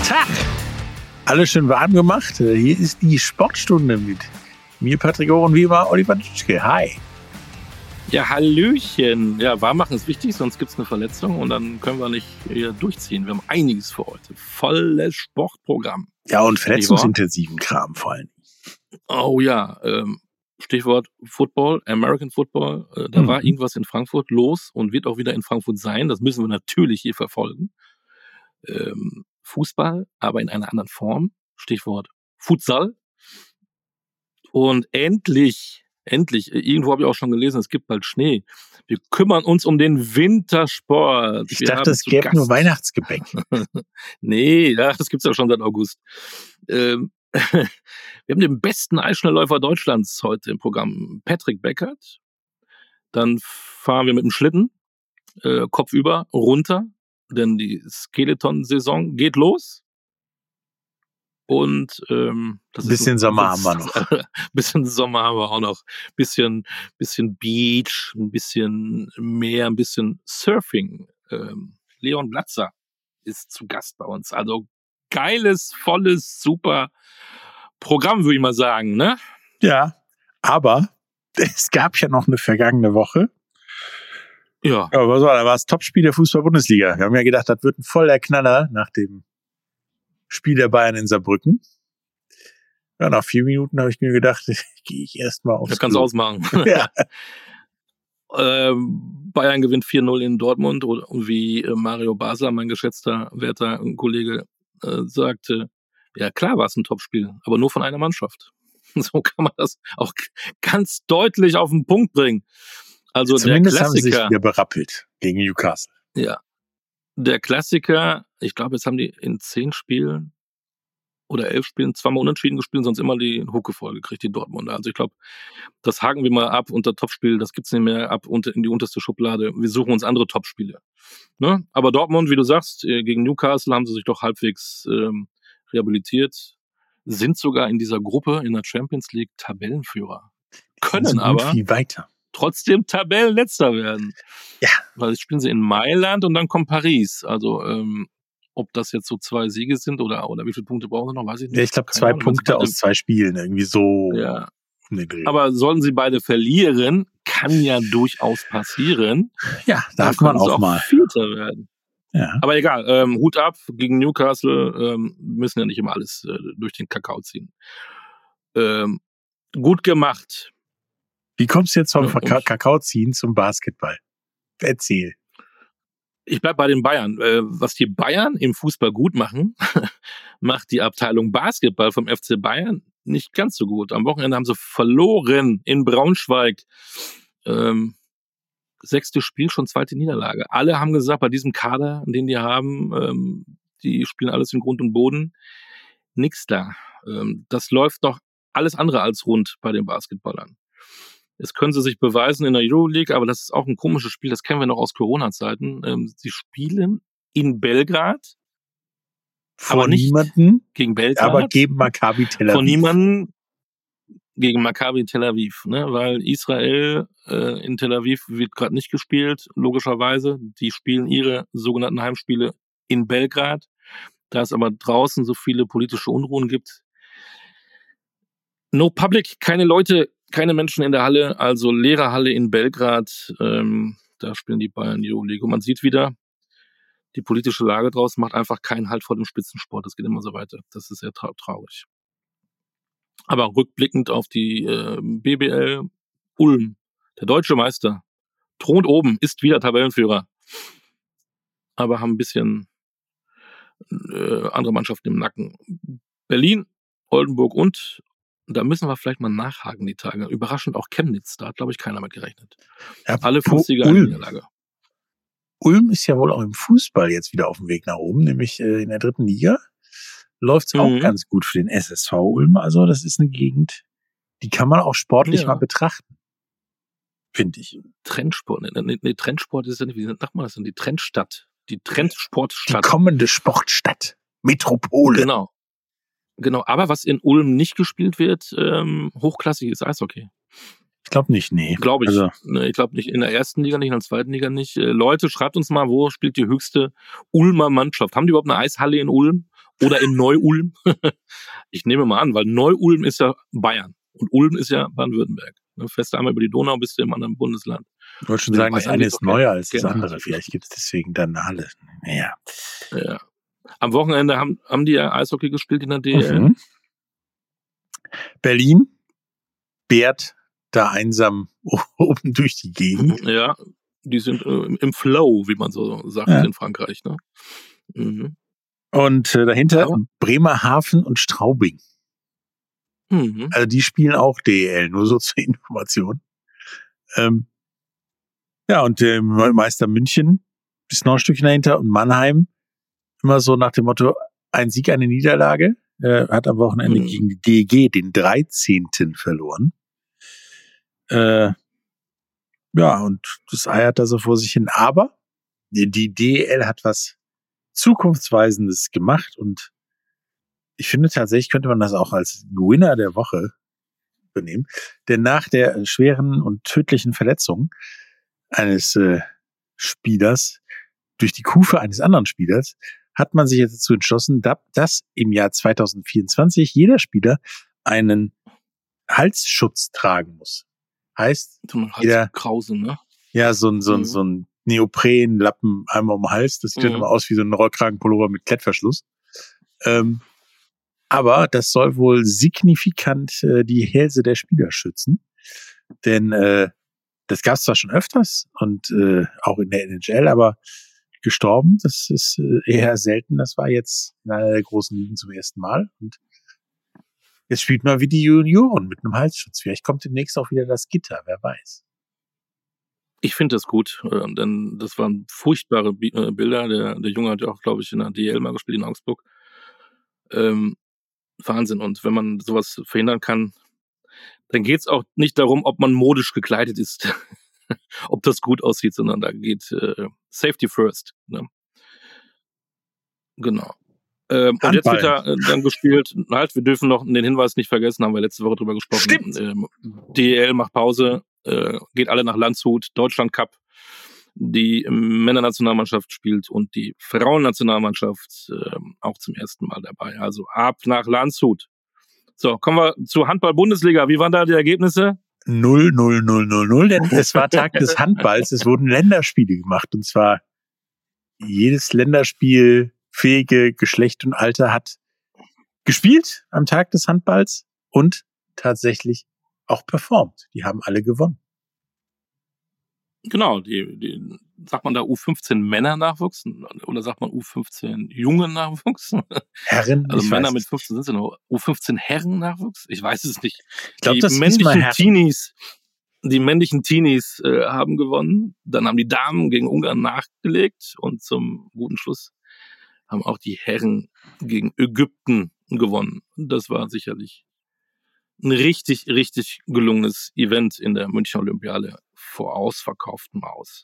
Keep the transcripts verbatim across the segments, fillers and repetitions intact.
Tag! Alles schön warm gemacht. Hier ist die Sportstunde mit mir, Patrick Ohr, und wie immer Oliver Ditschke. Hi! Ja, Hallöchen. Ja, warm machen ist wichtig, sonst gibt es eine Verletzung und dann können wir nicht hier durchziehen. Wir haben einiges für heute. Volles Sportprogramm. Ja, und verletzungsintensiven Kram vor allem. Oh ja, ähm, Stichwort Football, American Football. Äh, da mhm. war irgendwas in Frankfurt los und wird auch wieder in Frankfurt sein. Das müssen wir natürlich hier verfolgen. Ähm, Fußball, aber in einer anderen Form. Stichwort Futsal. Und endlich, endlich, irgendwo habe ich auch schon gelesen, es gibt bald Schnee. Wir kümmern uns um den Wintersport. Ich wir dachte, es gäbe nur Weihnachtsgebäck. Nee, ja, das gibt's ja schon seit August. Ähm, wir haben den besten Eisschnellläufer Deutschlands heute im Programm, Patrick Beckert. Dann fahren wir mit dem Schlitten äh, kopfüber runter, denn die Skeleton-Saison geht los. Und ähm, das ein bisschen ist, Sommer haben wir noch. Ein bisschen Sommer haben wir auch noch. Ein bisschen, bisschen Beach, ein bisschen Meer, ein bisschen Surfing. Ähm, Leon Blatzer ist zu Gast bei uns. Also geiles, volles, super Programm, würde ich mal sagen, ne? Ja, aber es gab ja noch eine vergangene Woche. Ja. Ja, was war da? War das Topspiel der Fußball-Bundesliga. Wir haben ja gedacht, das wird ein voller Knaller nach dem Spiel der Bayern in Saarbrücken. Ja, nach vier Minuten habe ich mir gedacht, gehe ich erstmal aufs Das kannst du ausmachen. Ja. ähm, Bayern gewinnt vier null in Dortmund und wie Mario Basler, mein geschätzter, werter Kollege, äh, sagte, ja klar war es ein Topspiel, aber nur von einer Mannschaft. So kann man das auch ganz deutlich auf den Punkt bringen. Also zumindest der Klassiker, haben sie sich wieder berappelt gegen Newcastle. Ja, der Klassiker, ich glaube, jetzt haben die in zehn Spielen oder elf Spielen zweimal unentschieden gespielt, sonst immer die Hucke voll gekriegt, die Dortmunder. Also ich glaube, das haken wir mal ab unter Topspiel, das gibt's nicht mehr, ab unter in die unterste Schublade. Wir suchen uns andere Topspiele. Ne? Aber Dortmund, wie du sagst, gegen Newcastle haben sie sich doch halbwegs ähm, rehabilitiert, sind sogar in dieser Gruppe in der Champions League Tabellenführer. Können aber viel weiter. Trotzdem Tabellenletzter werden. Ja. Weil jetzt spielen sie in Mailand und dann kommt Paris. Also ähm, ob das jetzt so zwei Siege sind oder oder wie viele Punkte brauchen sie noch, weiß ich nicht. Ja, ich glaube zwei Ahnung, Punkte aus zwei Spielen, irgendwie so. Ja. Aber sollten sie beide verlieren, kann ja durchaus passieren. Ja, darf man auch, auch mal Vierter werden. Ja. Aber egal, ähm, Hut ab gegen Newcastle, ähm, müssen ja nicht immer alles äh, durch den Kakao ziehen. Ähm, gut gemacht. Wie kommst du jetzt vom ja, Kakaoziehen zum Basketball? Erzähl. Ich bleib bei den Bayern. Äh, was die Bayern im Fußball gut machen, macht die Abteilung Basketball vom F C Bayern nicht ganz so gut. Am Wochenende haben sie verloren in Braunschweig. Ähm, sechstes Spiel, schon zweite Niederlage. Alle haben gesagt, bei diesem Kader, den die haben, ähm, die spielen alles in Grund und Boden. Nix da. Ähm, das läuft doch alles andere als rund bei den Basketballern. Jetzt können sie sich beweisen in der Euroleague, aber das ist auch ein komisches Spiel, das kennen wir noch aus Corona-Zeiten. Ähm, sie spielen in Belgrad. Vor niemanden gegen Belgrad. Aber gegen Maccabi Tel Aviv. Von niemanden gegen Maccabi Tel Aviv, ne? Weil Israel äh, in Tel Aviv wird gerade nicht gespielt, logischerweise. Die spielen ihre sogenannten Heimspiele in Belgrad. Da es aber draußen so viele politische Unruhen gibt. No public, keine Leute, keine Menschen in der Halle, also leere Halle in Belgrad. Ähm, da spielen die Bayern Euroleague. Und man sieht wieder, die politische Lage draus macht einfach keinen Halt vor dem Spitzensport. Das geht immer so weiter. Das ist sehr tra- traurig. Aber rückblickend auf die äh, B B L Ulm, der deutsche Meister, thront oben, ist wieder Tabellenführer. Aber haben ein bisschen äh, andere Mannschaften im Nacken. Berlin, Oldenburg und da müssen wir vielleicht mal nachhaken die Tage. Überraschend auch Chemnitz, da hat, glaube ich, keiner mit gerechnet. Ja, Alle fünf Sieger in Niederlage. Ulm ist ja wohl auch im Fußball jetzt wieder auf dem Weg nach oben, nämlich äh, in der dritten Liga. Läuft es mhm. auch ganz gut für den S S V Ulm. Also das ist eine Gegend, die kann man auch sportlich ja. mal betrachten. Finde ich. Trendsport, ne, ne, ne, Trendsport ist ja nicht, wie sagt man das denn? Die Trendstadt. Die Trendsportstadt. Die kommende Sportstadt. Metropole. Genau. Genau, aber was in Ulm nicht gespielt wird, ähm, hochklassiges Eishockey. Ich glaube nicht, nee. Glaube ich. Also. Ich glaube nicht. In der ersten Liga nicht, in der zweiten Liga nicht. Äh, Leute, schreibt uns mal, wo spielt die höchste Ulmer Mannschaft? Haben die überhaupt eine Eishalle in Ulm? Oder in Neu-Ulm. Ich nehme mal an, weil Neu-Ulm ist ja Bayern und Ulm ist ja Baden-Württemberg. Fährst du einmal über die Donau, bist du im anderen Bundesland. Ich wollte schon sagen, das eine ist neuer als das andere. Vielleicht gibt es deswegen dann eine Halle. Ja. ja. Am Wochenende haben, haben die ja Eishockey gespielt in der D E L. Mhm. Berlin bärt da einsam oben durch die Gegend. Ja, die sind äh, im Flow, wie man so sagt ja. in Frankreich. Ne? Mhm. Und äh, dahinter Aber? Bremerhaven und Straubing. Mhm. Also die spielen auch D E L, nur so zur Information. Ähm, ja, und der Meister München ist noch ein Stückchen dahinter und Mannheim immer so nach dem Motto, ein Sieg, eine Niederlage. Er hat am Wochenende mhm. gegen die D E G den dreizehnten verloren. Äh, ja, und das eiert da so vor sich hin. Aber die D E L hat was Zukunftsweisendes gemacht und ich finde tatsächlich könnte man das auch als Winner der Woche benehmen. Denn nach der schweren und tödlichen Verletzung eines äh, Spielers durch die Kufe eines anderen Spielers hat man sich jetzt dazu entschlossen, dass im Jahr zwanzig vierundzwanzig jeder Spieler einen Halsschutz tragen muss. Heißt, so jeder, Krause, ne? Ja, so ein, so ein, mhm. so ein Neoprenlappen einmal um den Hals. Das sieht mhm. dann immer aus wie so ein Rollkragenpullover mit Klettverschluss. Ähm, aber das soll wohl signifikant äh, die Hälse der Spieler schützen. Denn äh, das gab es zwar schon öfters und äh, auch in der N H L, aber gestorben, das ist äh, eher selten. Das war jetzt in einer der großen Ligen zum ersten Mal. Und jetzt spielt man wie die Junioren mit einem Halsschutz. Vielleicht kommt demnächst auch wieder das Gitter, wer weiß. Ich finde das gut, äh, denn das waren furchtbare B- äh, Bilder. Der, der Junge hat ja auch, glaube ich, in der D E L mal gespielt in Augsburg. Ähm, Wahnsinn. Und wenn man sowas verhindern kann, dann geht es auch nicht darum, ob man modisch gekleidet ist, ob das gut aussieht, sondern da geht äh, Safety first. Ne? Genau. Ähm, und jetzt wird da äh, dann gespielt, halt, wir dürfen noch den Hinweis nicht vergessen, haben wir letzte Woche drüber gesprochen. Stimmt. Ähm, D E L macht Pause, äh, geht alle nach Landshut, Deutschland Cup. Die Männernationalmannschaft spielt und die Frauennationalmannschaft äh, auch zum ersten Mal dabei. Also ab nach Landshut. So, kommen wir zur Handball-Bundesliga. Wie waren da die Ergebnisse? null null null null null, denn es war Tag des Handballs. Es wurden Länderspiele gemacht und zwar jedes Länderspiel fähige Geschlecht und Alter hat gespielt am Tag des Handballs und tatsächlich auch performt. Die haben alle gewonnen. Genau, die, die sagt man da U fünfzehn Männer-Nachwuchs oder sagt man U fünfzehn Jungen-Nachwuchs? Herren, also ich Männer weiß mit fünfzehn sind sie noch U fünfzehn Herren-Nachwuchs? Ich weiß es nicht. Ich glaube, das männlichen Teenies, die männlichen Teenies äh, haben gewonnen. Dann haben die Damen gegen Ungarn nachgelegt und zum guten Schluss haben auch die Herren gegen Ägypten gewonnen. Das war sicherlich ein richtig, richtig gelungenes Event in der Münchner Olympiade vor ausverkauftem Haus.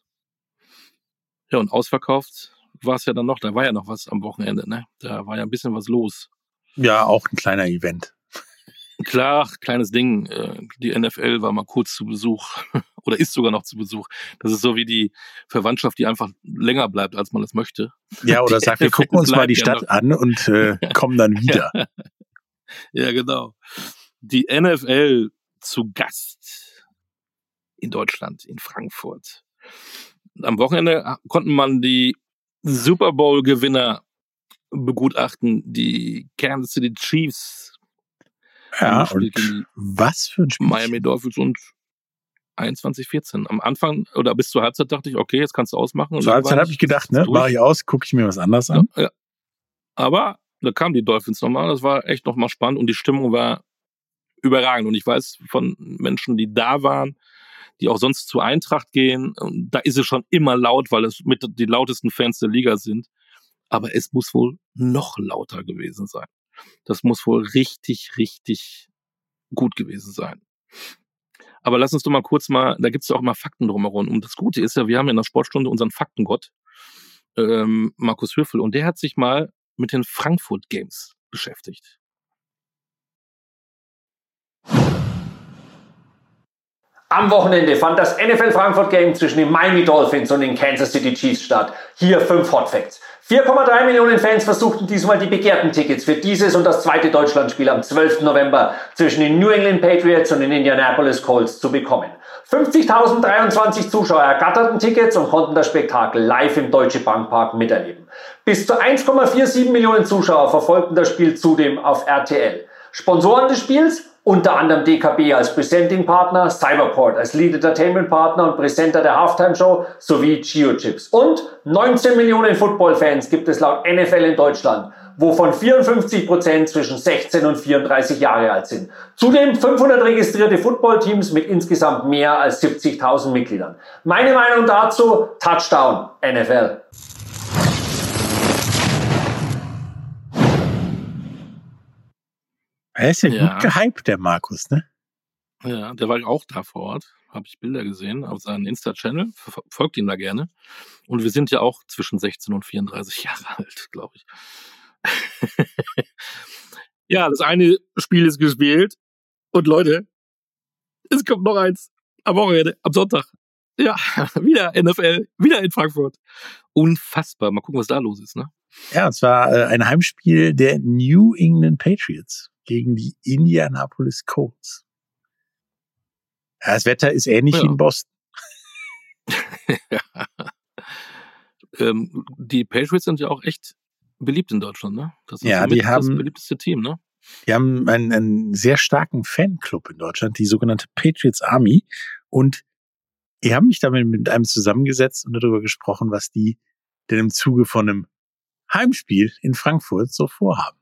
Ja, und ausverkauft war es ja dann noch, da war ja noch was am Wochenende, ne? Da war ja ein bisschen was los. Ja, auch ein kleiner Event. Klar, kleines Ding. Die N F L war mal kurz zu Besuch oder ist sogar noch zu Besuch. Das ist so wie die Verwandtschaft, die einfach länger bleibt, als man das möchte. Ja, oder sagt, wir gucken uns mal die Stadt ja an und äh, kommen dann wieder. Ja. Ja, genau. Die N F L zu Gast in Deutschland, in Frankfurt. Am Wochenende konnten man die Super Bowl-Gewinner begutachten, die Kansas City Chiefs. Ja, und was für ein Spiel. Miami Dolphins und einundzwanzig vierzehn. Am Anfang oder bis zur Halbzeit dachte ich, okay, jetzt kannst du ausmachen. Zur Halbzeit habe ich gedacht, ne, mache ich aus, gucke ich mir was anderes an. Ja, ja. Aber da kamen die Dolphins nochmal, das war echt nochmal spannend und die Stimmung war überragend. Und ich weiß von Menschen, die da waren, die auch sonst zu Eintracht gehen, und da ist es schon immer laut, weil es mit die lautesten Fans der Liga sind. Aber es muss wohl noch lauter gewesen sein. Das muss wohl richtig, richtig gut gewesen sein. Aber lass uns doch mal kurz mal, da gibt es ja auch mal Fakten drumherum. Und das Gute ist ja, wir haben ja in der Sportstunde unseren Faktengott, ähm, Markus Höfel, und der hat sich mal mit den Frankfurt Games beschäftigt. Am Wochenende fand das N F L Frankfurt Game zwischen den Miami Dolphins und den Kansas City Chiefs statt. Hier fünf Hot Facts. vier Komma drei Millionen Fans versuchten diesmal die begehrten Tickets für dieses und das zweite Deutschlandspiel am zwölften November zwischen den New England Patriots und den Indianapolis Colts zu bekommen. fünfzigtausenddreiundzwanzig Zuschauer ergatterten Tickets und konnten das Spektakel live im Deutsche Bank Park miterleben. Bis zu eins Komma siebenundvierzig Millionen Zuschauer verfolgten das Spiel zudem auf R T L. Sponsoren des Spiels? Unter anderem D K B als Presenting-Partner, Cyberport als Lead Entertainment-Partner und Präsenter der Halftime-Show sowie Geochips. Und neunzehn Millionen Football-Fans gibt es laut N F L in Deutschland, wovon vierundfünfzig Prozent zwischen sechzehn und vierunddreißig Jahre alt sind. Zudem fünfhundert registrierte Football-Teams mit insgesamt mehr als siebzigtausend Mitgliedern. Meine Meinung dazu, Touchdown, N F L. Er ist ja, ja gut gehypt, der Markus, ne? Ja, der war auch da vor Ort. Habe ich Bilder gesehen auf seinem Insta-Channel. Folgt ihm da gerne. Und wir sind ja auch zwischen sechzehn und vierunddreißig Jahre alt, glaube ich. Ja, das eine Spiel ist gespielt. Und Leute, es kommt noch eins. Am Wochenende, am Sonntag. Ja, wieder N F L, wieder in Frankfurt. Unfassbar. Mal gucken, was da los ist, ne? Ja, und zwar äh, ein Heimspiel der New England Patriots gegen die Indianapolis Colts. Ja, das Wetter ist ähnlich ja. wie in Boston. ja. ähm, die Patriots sind ja auch echt beliebt in Deutschland, ne? Das ist ja, die haben, das beliebteste Team, ne? Die haben einen, einen sehr starken Fanclub in Deutschland, die sogenannte Patriots Army. Und ich habe mich damit mit einem zusammengesetzt und darüber gesprochen, was die denn im Zuge von einem Heimspiel in Frankfurt so vorhaben.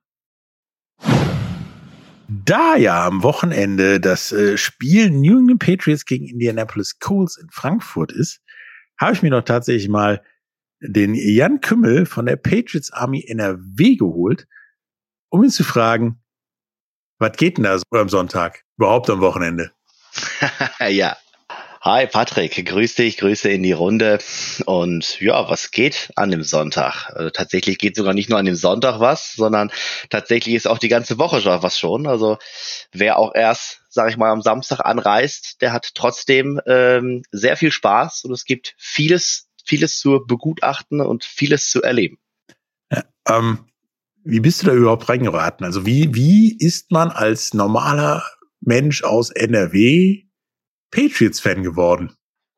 Da ja am Wochenende das äh, Spiel New England Patriots gegen Indianapolis Colts in Frankfurt ist, habe ich mir doch tatsächlich mal den Jan Kümmel von der Patriots Army N R W geholt, um ihn zu fragen, was geht denn da so am Sonntag, überhaupt am Wochenende? Ja. Hi Patrick, grüß dich, Grüße in die Runde. Und ja, was geht an dem Sonntag? Also tatsächlich geht sogar nicht nur an dem Sonntag was, sondern tatsächlich ist auch die ganze Woche schon was schon. Also wer auch erst, sage ich mal, am Samstag anreist, der hat trotzdem ähm, sehr viel Spaß und es gibt vieles, vieles zu begutachten und vieles zu erleben. Ja, ähm, wie bist du da überhaupt reingeraten? Also wie, wie ist man als normaler Mensch aus N R W Patriots-Fan geworden?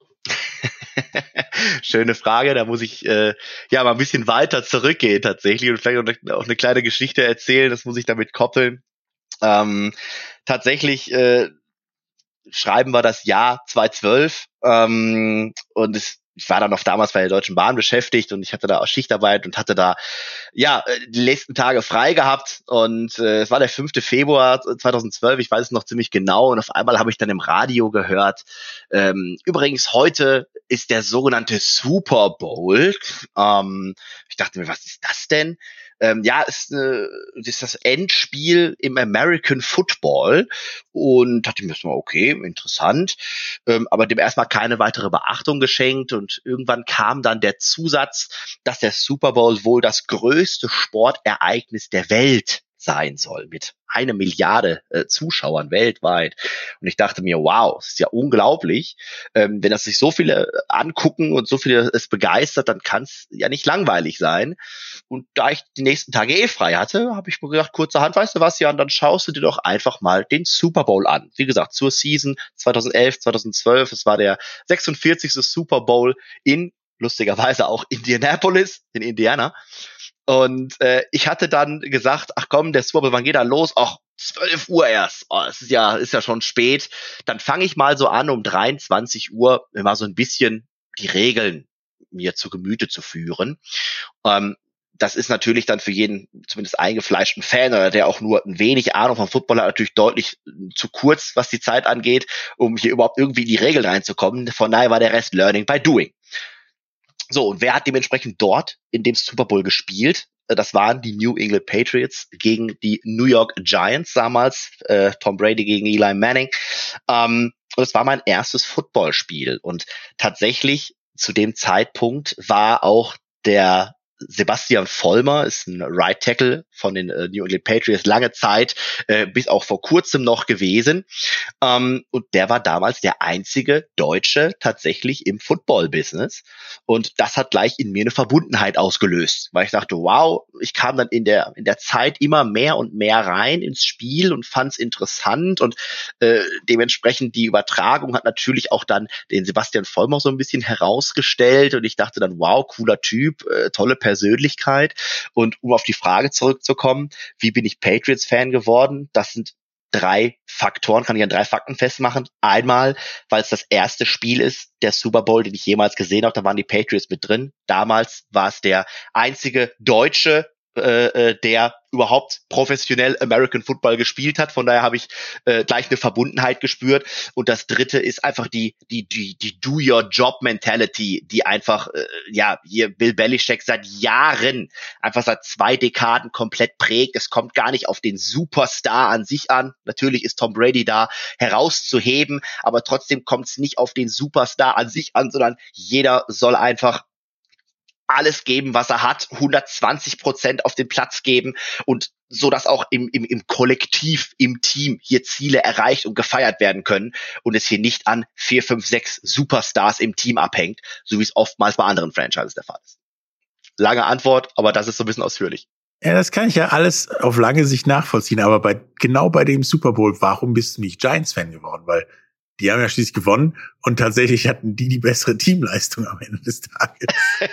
Schöne Frage, da muss ich äh, ja mal ein bisschen weiter zurückgehen tatsächlich und vielleicht auch eine kleine Geschichte erzählen, das muss ich damit koppeln. Ähm, tatsächlich äh, schreiben wir das Jahr zweitausendzwölf ähm, und es ich war dann noch damals bei der Deutschen Bahn beschäftigt und ich hatte da auch Schichtarbeit und hatte da ja die letzten Tage frei gehabt und äh, es war der fünfte Februar zweitausendzwölf, ich weiß es noch ziemlich genau und auf einmal habe ich dann im Radio gehört, ähm, übrigens heute ist der sogenannte Super Bowl. Ähm, ich dachte mir, was ist das denn? Ähm, ja, ist, äh, ist das Endspiel im American Football und dachte mir erstmal, okay, interessant, ähm, aber dem erstmal keine weitere Beachtung geschenkt und irgendwann kam dann der Zusatz, dass der Super Bowl wohl das größte Sportereignis der Welt sein soll, mit eine Milliarde äh, Zuschauern weltweit. Und ich dachte mir, wow, das ist ja unglaublich. Ähm, wenn das sich so viele angucken und so viele es begeistert, dann kann es ja nicht langweilig sein. Und da ich die nächsten Tage eh frei hatte, habe ich mir gedacht, kurzerhand, weißt du was, Jan, dann schaust du dir doch einfach mal den Super Bowl an. Wie gesagt, zur Season zweitausendelf, zweitausendzwölf, es war der sechsundvierzigste Super Bowl in, lustigerweise auch Indianapolis, in Indiana. Und äh, ich hatte dann gesagt, ach komm, der Super Bowl, wann geht er los? Ach, zwölf Uhr erst. Oh, es ist ja, ist ja schon spät. Dann fange ich mal so an, um dreiundzwanzig Uhr mal so ein bisschen die Regeln mir zu Gemüte zu führen. Ähm, das ist natürlich dann für jeden, zumindest eingefleischten Fan oder der auch nur ein wenig Ahnung vom Football hat, natürlich deutlich zu kurz, was die Zeit angeht, um hier überhaupt irgendwie in die Regeln reinzukommen. Von daher war der Rest Learning by Doing. So, und wer hat dementsprechend dort in dem Super Bowl gespielt? Das waren die New England Patriots gegen die New York Giants damals, äh, Tom Brady gegen Eli Manning. Ähm, und es war mein erstes Footballspiel. Und tatsächlich zu dem Zeitpunkt war auch der Sebastian Vollmer ist ein Right Tackle von den äh, New England Patriots, lange Zeit, äh, bis auch vor kurzem noch gewesen. Ähm, und der war damals der einzige Deutsche tatsächlich im Football-Business. Und das hat gleich in mir eine Verbundenheit ausgelöst, weil ich dachte, wow, ich kam dann in der in der Zeit immer mehr und mehr rein ins Spiel und fand es interessant. Und äh, dementsprechend die Übertragung hat natürlich auch dann den Sebastian Vollmer so ein bisschen herausgestellt. Und ich dachte dann, wow, cooler Typ, äh, tolle Persönlichkeit. Und um auf die Frage zurückzukommen, wie bin ich Patriots-Fan geworden? Das sind drei Faktoren, kann ich an drei Fakten festmachen. Einmal, weil es das erste Spiel ist, der Super Bowl, den ich jemals gesehen habe, da waren die Patriots mit drin. Damals war es der einzige Deutsche, äh, der überhaupt professionell American Football gespielt hat. Von daher habe ich äh, gleich eine Verbundenheit gespürt. Und das dritte ist einfach die die die die Do-Your-Job-Mentality, die einfach, äh, ja, hier Bill Belichick seit Jahren, einfach seit zwei Dekaden komplett prägt. Es kommt gar nicht auf den Superstar an sich an. Natürlich ist Tom Brady da herauszuheben, aber trotzdem kommt es nicht auf den Superstar an sich an, sondern jeder soll einfach alles geben, was er hat, hundertzwanzig Prozent auf den Platz geben und so, dass auch im, im, im Kollektiv, im Team hier Ziele erreicht und gefeiert werden können und es hier nicht an vier, fünf, sechs Superstars im Team abhängt, so wie es oftmals bei anderen Franchises der Fall ist. Lange Antwort, aber das ist so ein bisschen ausführlich. Ja, das kann ich ja alles auf lange Sicht nachvollziehen, aber bei genau bei dem Super Bowl, warum bist du nicht Giants-Fan geworden? Weil die haben ja schließlich gewonnen und tatsächlich hatten die die bessere Teamleistung am Ende des Tages.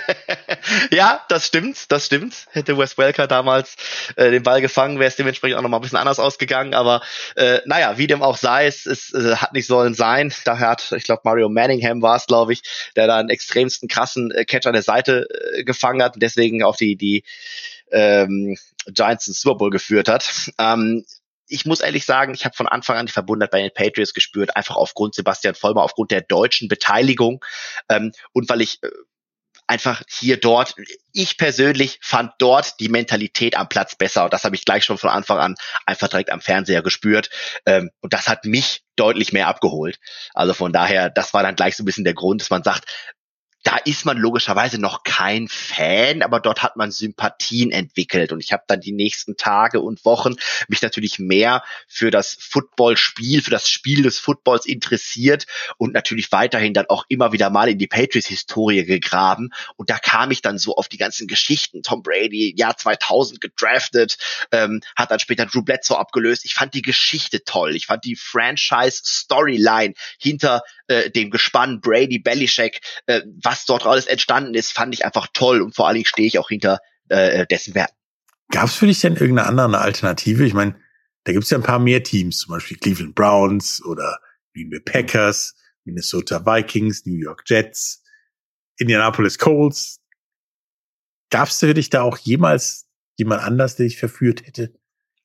Ja, das stimmt, das stimmt. Hätte Wes Welker damals äh, den Ball gefangen, wäre es dementsprechend auch noch mal ein bisschen anders ausgegangen. Aber äh, naja, wie dem auch sei, es, es äh, hat nicht sollen sein. Daher hat, ich glaube, Mario Manningham war es, glaube ich, der da einen extremsten krassen äh, Catch an der Seite äh, gefangen hat und deswegen auch die die ähm, Giants ins Super Bowl geführt hat. Ähm, Ich muss ehrlich sagen, ich habe von Anfang an die Verbundenheit bei den Patriots gespürt, einfach aufgrund Sebastian Vollmer, aufgrund der deutschen Beteiligung ähm, und weil ich äh, einfach hier dort, ich persönlich fand dort die Mentalität am Platz besser und das habe ich gleich schon von Anfang an einfach direkt am Fernseher gespürt ähm, und das hat mich deutlich mehr abgeholt. Also von daher, das war dann gleich so ein bisschen der Grund, dass man sagt, da ist man logischerweise noch kein Fan, aber dort hat man Sympathien entwickelt. Und ich habe dann die nächsten Tage und Wochen mich natürlich mehr für das Footballspiel, für das Spiel des Footballs interessiert und natürlich weiterhin dann auch immer wieder mal in die Patriots-Historie gegraben. Und da kam ich dann so auf die ganzen Geschichten. Tom Brady, Jahr zweitausend gedraftet, ähm, hat dann später Drew Bledsoe abgelöst. Ich fand die Geschichte toll. Ich fand die Franchise-Storyline hinter äh, dem Gespann Brady, Belichick, äh, was dort alles entstanden ist, fand ich einfach toll und vor allen Dingen stehe ich auch hinter äh, dessen Werten. Gab es für dich denn irgendeine andere Alternative? Ich meine, da gibt es ja ein paar mehr Teams, zum Beispiel Cleveland Browns oder Green Bay Packers, Minnesota Vikings, New York Jets, Indianapolis Colts. Gab es für dich da auch jemals jemand anders, der dich verführt hätte?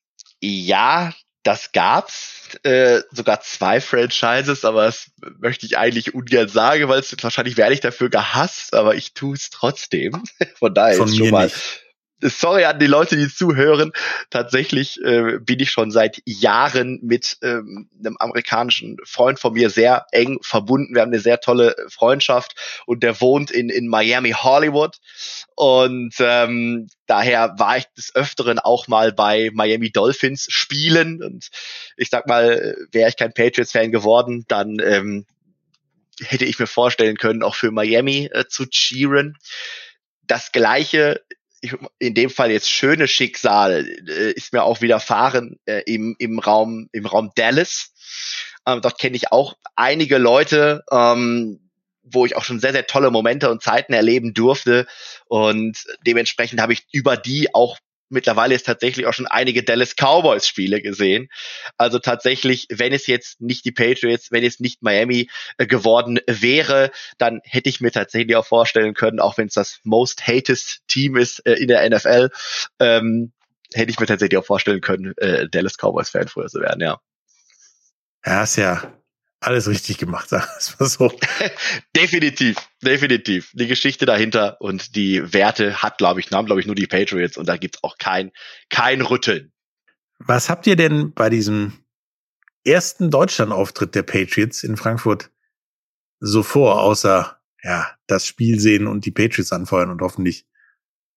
Ja, das gab's. Äh, sogar zwei Franchises, aber das möchte ich eigentlich ungern sagen, weil es wahrscheinlich werde ich dafür gehasst, aber ich tue es trotzdem. Von daher Von ist mir schon mal. Nicht. Sorry an die Leute, die zuhören. Tatsächlich äh, bin ich schon seit Jahren mit ähm, einem amerikanischen Freund von mir sehr eng verbunden. Wir haben eine sehr tolle Freundschaft und der wohnt in in Miami, Hollywood. Und ähm, daher war ich des Öfteren auch mal bei Miami Dolphins spielen. Und ich sag mal, wäre ich kein Patriots-Fan geworden, dann ähm, hätte ich mir vorstellen können, auch für Miami äh, zu cheeren. Das Gleiche, in dem Fall jetzt schöne Schicksal, äh, ist mir auch widerfahren äh, im im Raum im Raum Dallas. Ähm, dort kenne ich auch einige Leute, ähm, wo ich auch schon sehr, sehr tolle Momente und Zeiten erleben durfte. Und dementsprechend habe ich über die auch mittlerweile jetzt tatsächlich auch schon einige Dallas Cowboys Spiele gesehen. Also tatsächlich, wenn es jetzt nicht die Patriots, wenn es nicht Miami äh, geworden wäre, dann hätte ich mir tatsächlich auch vorstellen können, auch wenn es das most hated Team ist äh, in der N F L, ähm, hätte ich mir tatsächlich auch vorstellen können, äh, Dallas Cowboys Fan früher zu werden, ja. Ja, ist ja alles richtig gemacht, sag ich mal so. Definitiv, definitiv. Die Geschichte dahinter und die Werte hat, glaube ich, haben, glaube ich, nur die Patriots und da gibt's auch kein, kein Rütteln. Was habt ihr denn bei diesem ersten Deutschland-Auftritt der Patriots in Frankfurt so vor, außer ja das Spiel sehen und die Patriots anfeuern und hoffentlich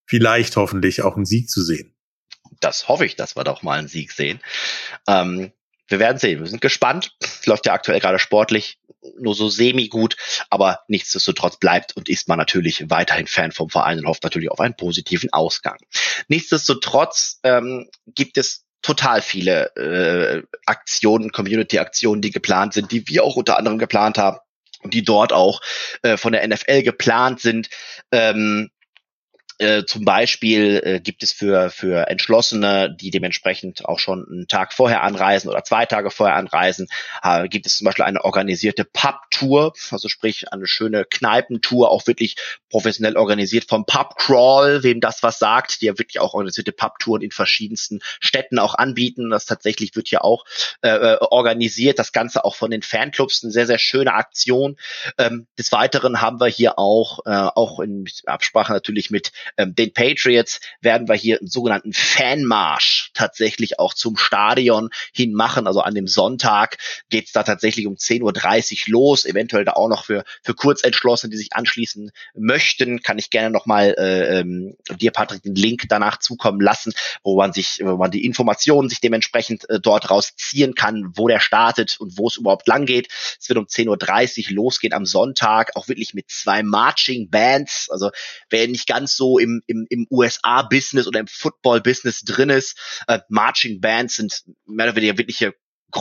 vielleicht hoffentlich auch einen Sieg zu sehen. Das hoffe ich, dass wir doch mal einen Sieg sehen. Ähm, wir werden sehen. Wir sind gespannt. Es läuft ja aktuell gerade sportlich nur so semi-gut, aber nichtsdestotrotz bleibt und ist man natürlich weiterhin Fan vom Verein und hofft natürlich auf einen positiven Ausgang. Nichtsdestotrotz ähm, gibt es total viele äh, Aktionen, Community-Aktionen, die geplant sind, die wir auch unter anderem geplant haben und die dort auch äh, von der N F L geplant sind. Ähm, Äh, zum Beispiel äh, gibt es für für Entschlossene, die dementsprechend auch schon einen Tag vorher anreisen oder zwei Tage vorher anreisen, äh, gibt es zum Beispiel eine organisierte Pub-Tour, also sprich eine schöne Kneipentour, auch wirklich professionell organisiert vom Pub-Crawl, wem das was sagt, die ja wirklich auch organisierte Pub-Touren in verschiedensten Städten auch anbieten. Das tatsächlich wird ja auch äh, organisiert, das Ganze auch von den Fanclubs, eine sehr, sehr schöne Aktion. Ähm, des Weiteren haben wir hier auch, äh, auch in Absprache natürlich mit Ähm, den Patriots werden wir hier einen sogenannten Fanmarsch tatsächlich auch zum Stadion hin machen. Also an dem Sonntag geht's da tatsächlich um zehn Uhr dreißig los. Eventuell da auch noch für für Kurzentschlossene, die sich anschließen möchten, kann ich gerne nochmal äh, ähm, dir, Patrick, den Link danach zukommen lassen, wo man sich, wo man die Informationen sich dementsprechend äh, dort rausziehen kann, wo der startet und wo es überhaupt lang geht. Es wird um zehn Uhr dreißig losgehen am Sonntag, auch wirklich mit zwei Marching Bands. Also wer nicht ganz so im, im, im U S A-Business oder im Football-Business drin ist. Äh, Marching Bands sind mehr oder weniger wirkliche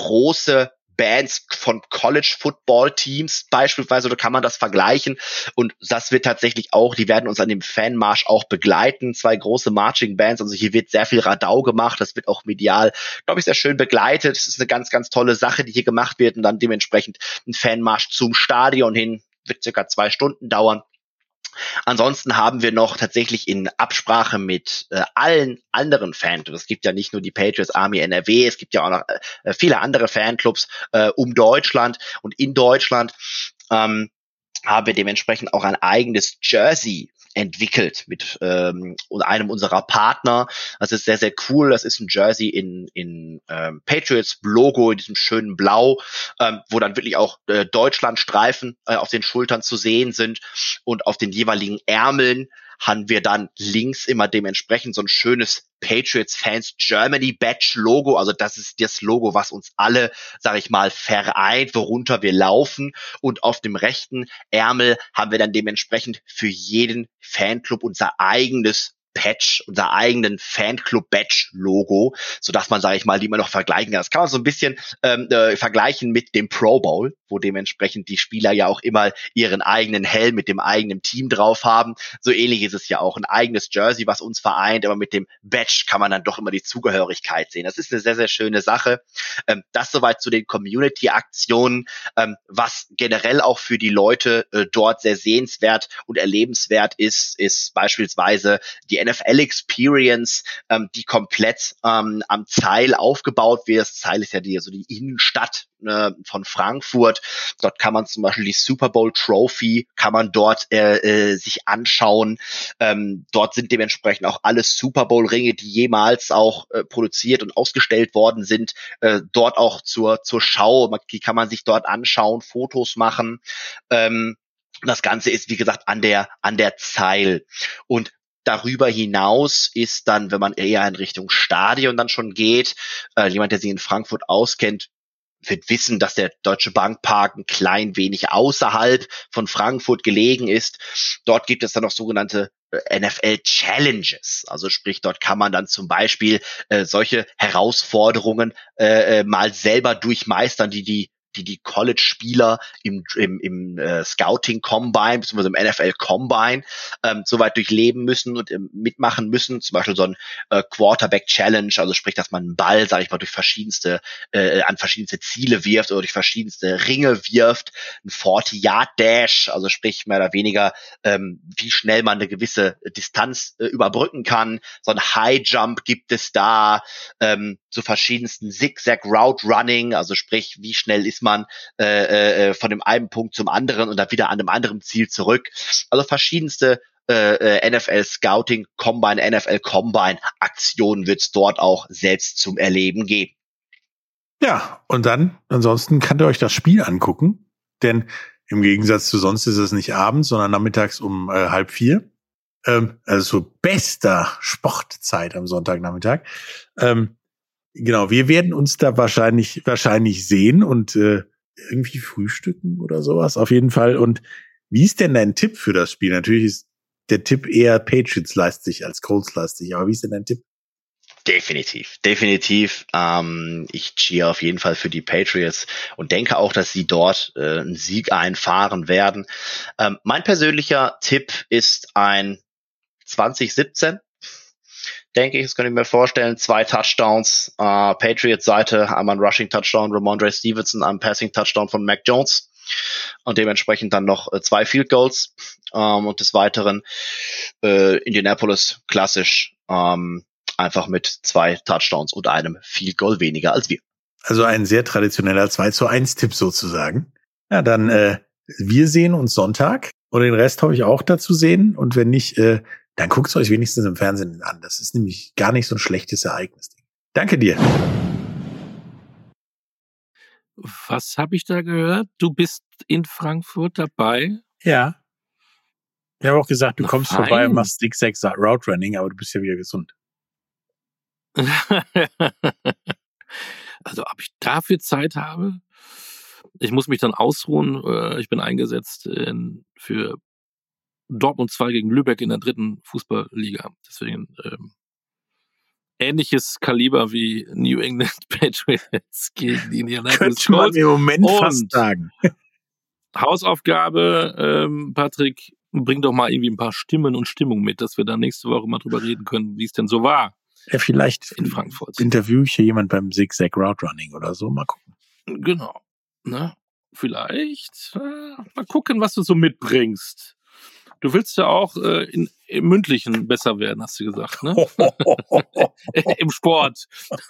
große Bands von College-Football-Teams beispielsweise, oder kann man das vergleichen? Und das wird tatsächlich auch, die werden uns an dem Fanmarsch auch begleiten. Zwei große Marching Bands, also hier wird sehr viel Radau gemacht. Das wird auch medial, glaube ich, sehr schön begleitet. Es ist eine ganz, ganz tolle Sache, die hier gemacht wird und dann dementsprechend ein Fanmarsch zum Stadion hin, wird circa zwei Stunden dauern. Ansonsten haben wir noch tatsächlich in Absprache mit äh, allen anderen Fanclubs, es gibt ja nicht nur die Patriots Army N R W, es gibt ja auch noch äh, viele andere Fanclubs äh, um Deutschland und in Deutschland, ähm, haben wir dementsprechend auch ein eigenes Jersey entwickelt mit ähm, einem unserer Partner. Das ist sehr, sehr cool. Das ist ein Jersey in in ähm, Patriots-Logo, in diesem schönen Blau, ähm, wo dann wirklich auch äh, Deutschlandstreifen äh, auf den Schultern zu sehen sind und auf den jeweiligen Ärmeln haben wir dann links immer dementsprechend so ein schönes Patriots Fans Germany Badge Logo. Also das ist das Logo, was uns alle, sag ich mal, vereint, worunter wir laufen. Und auf dem rechten Ärmel haben wir dann dementsprechend für jeden Fanclub unser eigenes Patch, unser eigenen Fanclub-Badge-Logo, sodass man, sage ich mal, die immer noch vergleichen kann. Das kann man so ein bisschen ähm, äh, vergleichen mit dem Pro Bowl, wo dementsprechend die Spieler ja auch immer ihren eigenen Helm mit dem eigenen Team drauf haben. So ähnlich ist es ja auch. Ein eigenes Jersey, was uns vereint, aber mit dem Badge kann man dann doch immer die Zugehörigkeit sehen. Das ist eine sehr, sehr schöne Sache. Ähm, das soweit zu den Community-Aktionen, ähm, was generell auch für die Leute äh, dort sehr sehenswert und erlebenswert ist, ist beispielsweise die N F L Experience, ähm, die komplett ähm, am Zeil aufgebaut wird. Das Zeil ist ja die, also die Innenstadt äh, von Frankfurt. Dort kann man zum Beispiel die Super Bowl Trophy, kann man dort äh, äh, sich anschauen. Ähm, dort sind dementsprechend auch alle Super Bowl Ringe, die jemals auch äh, produziert und ausgestellt worden sind, äh, dort auch zur zur Schau. Die kann man sich dort anschauen, Fotos machen. Ähm, das Ganze ist, wie gesagt, an der an der Zeil. Und darüber hinaus ist dann, wenn man eher in Richtung Stadion dann schon geht, äh, jemand, der sich in Frankfurt auskennt, wird wissen, dass der Deutsche Bankpark ein klein wenig außerhalb von Frankfurt gelegen ist. Dort gibt es dann noch sogenannte N F L Challenges, also sprich, dort kann man dann zum Beispiel äh, solche Herausforderungen äh, mal selber durchmeistern, die die die die College-Spieler im im, im äh, Scouting-Combine bzw. im N F L-Combine ähm, soweit durchleben müssen und ähm, mitmachen müssen. Zum Beispiel so ein äh, Quarterback-Challenge, also sprich, dass man einen Ball, sage ich mal, durch verschiedenste äh, an verschiedenste Ziele wirft oder durch verschiedenste Ringe wirft. Ein forty-Yard-Dash, also sprich mehr oder weniger, ähm, wie schnell man eine gewisse Distanz äh, überbrücken kann. So ein High-Jump gibt es da, ähm, zu verschiedensten Zigzag-Route-Running, also sprich, wie schnell ist man äh, äh, von dem einen Punkt zum anderen und dann wieder an einem anderen Ziel zurück. Also verschiedenste äh, N F L Scouting, Combine, N F L Combine Aktionen wird es dort auch selbst zum Erleben geben. Ja, und dann, ansonsten könnt ihr euch das Spiel angucken, denn im Gegensatz zu sonst ist es nicht abends, sondern nachmittags um äh, halb vier. Ähm, also so bester Sportzeit am Sonntagnachmittag. Ähm, genau, wir werden uns da wahrscheinlich wahrscheinlich sehen und äh, irgendwie frühstücken oder sowas auf jeden Fall. Und wie ist denn dein Tipp für das Spiel? Natürlich ist der Tipp eher Patriots-lastig als Colts-lastig, aber wie ist denn dein Tipp? Definitiv, definitiv. Ähm, ich cheer auf jeden Fall für die Patriots und denke auch, dass sie dort äh, einen Sieg einfahren werden. Ähm, mein persönlicher Tipp ist ein zwanzig siebzehn. Denke ich, das kann ich mir vorstellen. Zwei Touchdowns, äh, Patriots-Seite, einmal ein Rushing-Touchdown, Ramondre Stevenson, ein Passing-Touchdown von Mac Jones und dementsprechend dann noch äh, zwei Field Goals. Ähm, und des Weiteren äh, Indianapolis klassisch ähm, einfach mit zwei Touchdowns und einem Field Goal weniger als wir. Also ein sehr traditioneller zwei zu eins Tipp sozusagen. Ja, dann äh, wir sehen uns Sonntag und den Rest hoffe ich auch dazu sehen. Und wenn nicht, äh, dann guckt es euch wenigstens im Fernsehen an. Das ist nämlich gar nicht so ein schlechtes Ereignis. Danke dir. Was habe ich da gehört? Du bist in Frankfurt dabei? Ja. Ich habe auch gesagt, du Na, kommst fein. vorbei und machst Zigzag Route Running, aber du bist ja wieder gesund. Also, ob ich dafür Zeit habe? Ich muss mich dann ausruhen. Ich bin eingesetzt in, für Dortmund zwei gegen Lübeck in der dritten Fußballliga. Deswegen ähm, ähnliches Kaliber wie New England Patriots gegen die Indianapolis Könnte man Colts. im Moment Und fast sagen. Hausaufgabe, ähm, Patrick, bring doch mal irgendwie ein paar Stimmen und Stimmung mit, dass wir dann nächste Woche mal drüber reden können, wie es denn so war. Ja, vielleicht in Frankfurt. Interview ich hier jemand beim Zigzag Route Running oder so. Mal gucken. Genau. Ne? Vielleicht äh, mal gucken, was du so mitbringst. Du willst ja auch äh, in, im Mündlichen besser werden, hast du gesagt, ne? Im Sport.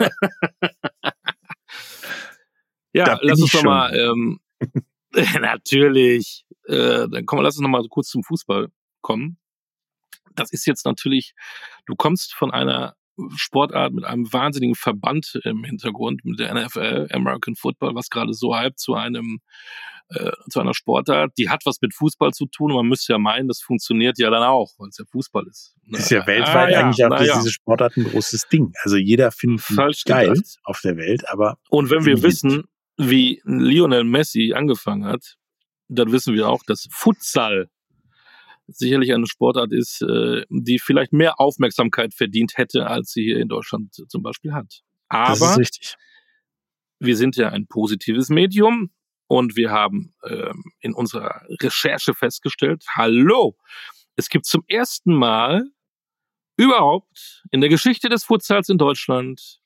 Ja, lass uns doch mal, ähm, natürlich, äh, dann komm, lass uns noch mal kurz zum Fußball kommen. Das ist jetzt natürlich, du kommst von einer Sportart mit einem wahnsinnigen Verband im Hintergrund, mit der N F L, American Football, was gerade so hype zu einem äh, zu einer Sportart, die hat was mit Fußball zu tun und man müsste ja meinen, das funktioniert ja dann auch, weil es ja Fußball ist. Ist ja weltweit ah, eigentlich ja, auch ja. diese Sportart ein großes Ding. Also jeder findet es geil gedacht. Auf der Welt, aber... Und wenn wir wissen, wie Lionel Messi angefangen hat, dann wissen wir auch, dass Futsal sicherlich eine Sportart ist, die vielleicht mehr Aufmerksamkeit verdient hätte, als sie hier in Deutschland zum Beispiel hat. Aber das ist richtig. Wir sind ja ein positives Medium und wir haben ähm, in unserer Recherche festgestellt, hallo, es gibt zum ersten Mal überhaupt in der Geschichte des Futsals in Deutschland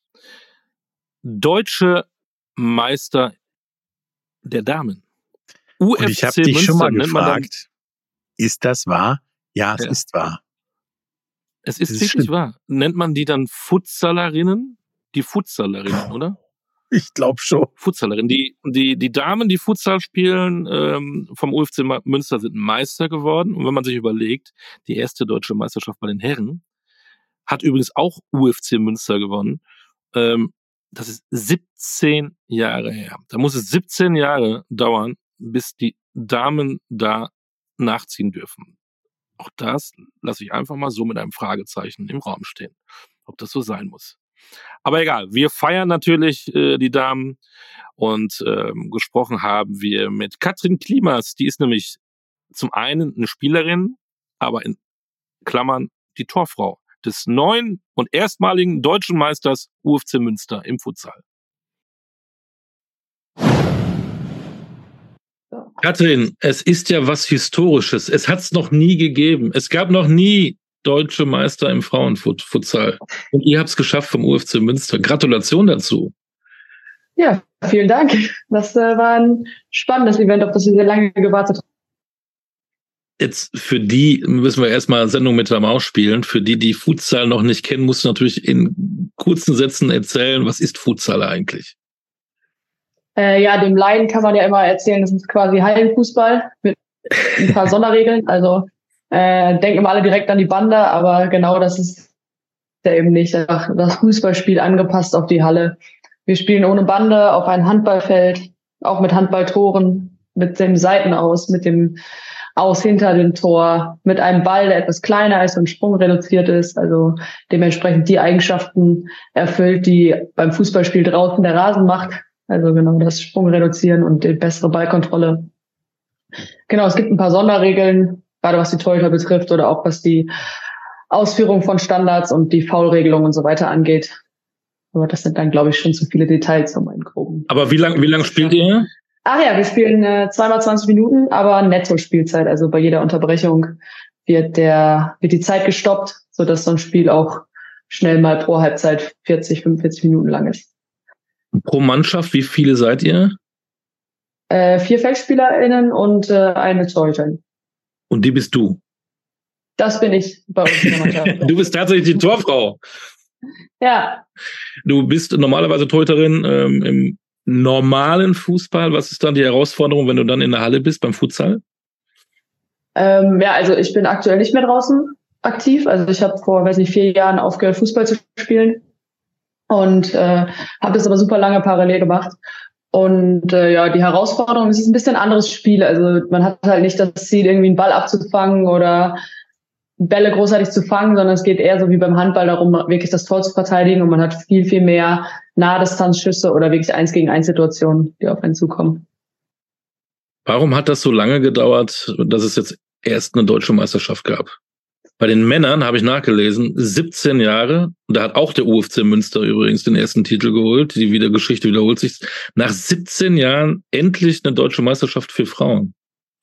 deutsche Meister der Damen. U F C und ich habe dich Münster, schon mal gefragt, ist das wahr? Ja, es ja. ist wahr. Es ist, ist wirklich wahr. Nennt man die dann Futsalerinnen? Die Futsalerinnen, oder? Ich glaube schon. Futsalerinnen. Die, die, die Damen, die Futsal spielen, ähm, vom U F C Münster sind Meister geworden. Und wenn man sich überlegt, die erste deutsche Meisterschaft bei den Herren hat übrigens auch U F C Münster gewonnen. Ähm, das ist siebzehn Jahre her. Da muss es siebzehn Jahre dauern, bis die Damen da nachziehen dürfen. Auch das lasse ich einfach mal so mit einem Fragezeichen im Raum stehen, ob das so sein muss. Aber egal, wir feiern natürlich äh, die Damen und ähm, gesprochen haben wir mit Katrin Klimas, die ist nämlich zum einen eine Spielerin, aber in Klammern die Torfrau des neuen und erstmaligen deutschen Meisters U F C Münster im Futsal. Katrin, es ist ja was Historisches. Es hat es noch nie gegeben. Es gab noch nie deutsche Meister im Frauenfutsal. Und ihr habt es geschafft vom U F C Münster. Gratulation dazu. Ja, vielen Dank. Das äh, war ein spannendes Event, auf das wir sehr lange gewartet haben. Jetzt für die müssen wir erstmal Sendung mit der Maus spielen. Für die, die Futsal noch nicht kennen, musst du natürlich in kurzen Sätzen erzählen, was ist Futsal eigentlich? Äh, ja, dem Laien kann man ja immer erzählen, das ist quasi Hallenfußball mit ein paar Sonderregeln. Also äh, denken immer alle direkt an die Bande, aber genau das ist ja eben nicht. Das Fußballspiel angepasst auf die Halle. Wir spielen ohne Bande auf ein Handballfeld, auch mit Handballtoren, mit dem Seitenaus, mit dem aus hinter dem Tor mit einem Ball, der etwas kleiner ist und sprungreduziert ist, also dementsprechend die Eigenschaften erfüllt, die beim Fußballspiel draußen der Rasen macht. Also genau das Sprungreduzieren und die bessere Ballkontrolle. Genau, es gibt ein paar Sonderregeln, gerade was die Torhüter betrifft oder auch was die Ausführung von Standards und die Foulregelung und so weiter angeht. Aber das sind dann, glaube ich, schon zu viele Details um einen groben. Aber wie lang, wie lang spielt ihr? Ach ja, wir spielen äh, zweimal zwanzig Minuten, aber Netto-Spielzeit. Also bei jeder Unterbrechung wird der, wird die Zeit gestoppt, sodass so ein Spiel auch schnell mal pro Halbzeit vierzig, fünfundvierzig Minuten lang ist. Pro Mannschaft, wie viele seid ihr? Äh, vier FeldspielerInnen und äh, eine Torhüterin. Und die bist du? Das bin ich bei uns in der Mannschaft. Du bist tatsächlich die Torfrau. Ja. Du bist normalerweise Torhüterin ähm, im normalen Fußball. Was ist dann die Herausforderung, wenn du dann in der Halle bist beim Futsal? Ähm, ja, also ich bin aktuell nicht mehr draußen aktiv. Also ich habe vor, weiß nicht, vier Jahren aufgehört, Fußball zu spielen und äh, habe das aber super lange parallel gemacht. Und äh, ja, die Herausforderung, es ist ein bisschen ein anderes Spiel. Also man hat halt nicht das Ziel, irgendwie einen Ball abzufangen oder Bälle großartig zu fangen, sondern es geht eher so wie beim Handball darum, wirklich das Tor zu verteidigen, und man hat viel, viel mehr Nahdistanzschüsse oder wirklich eins gegen eins Situationen, die auf einen zukommen. Warum hat das so lange gedauert, dass es jetzt erst eine deutsche Meisterschaft gab? Bei den Männern habe ich nachgelesen, siebzehn Jahre, und da hat auch der U F C Münster übrigens den ersten Titel geholt, die wieder Geschichte wiederholt sich, nach siebzehn Jahren endlich eine deutsche Meisterschaft für Frauen.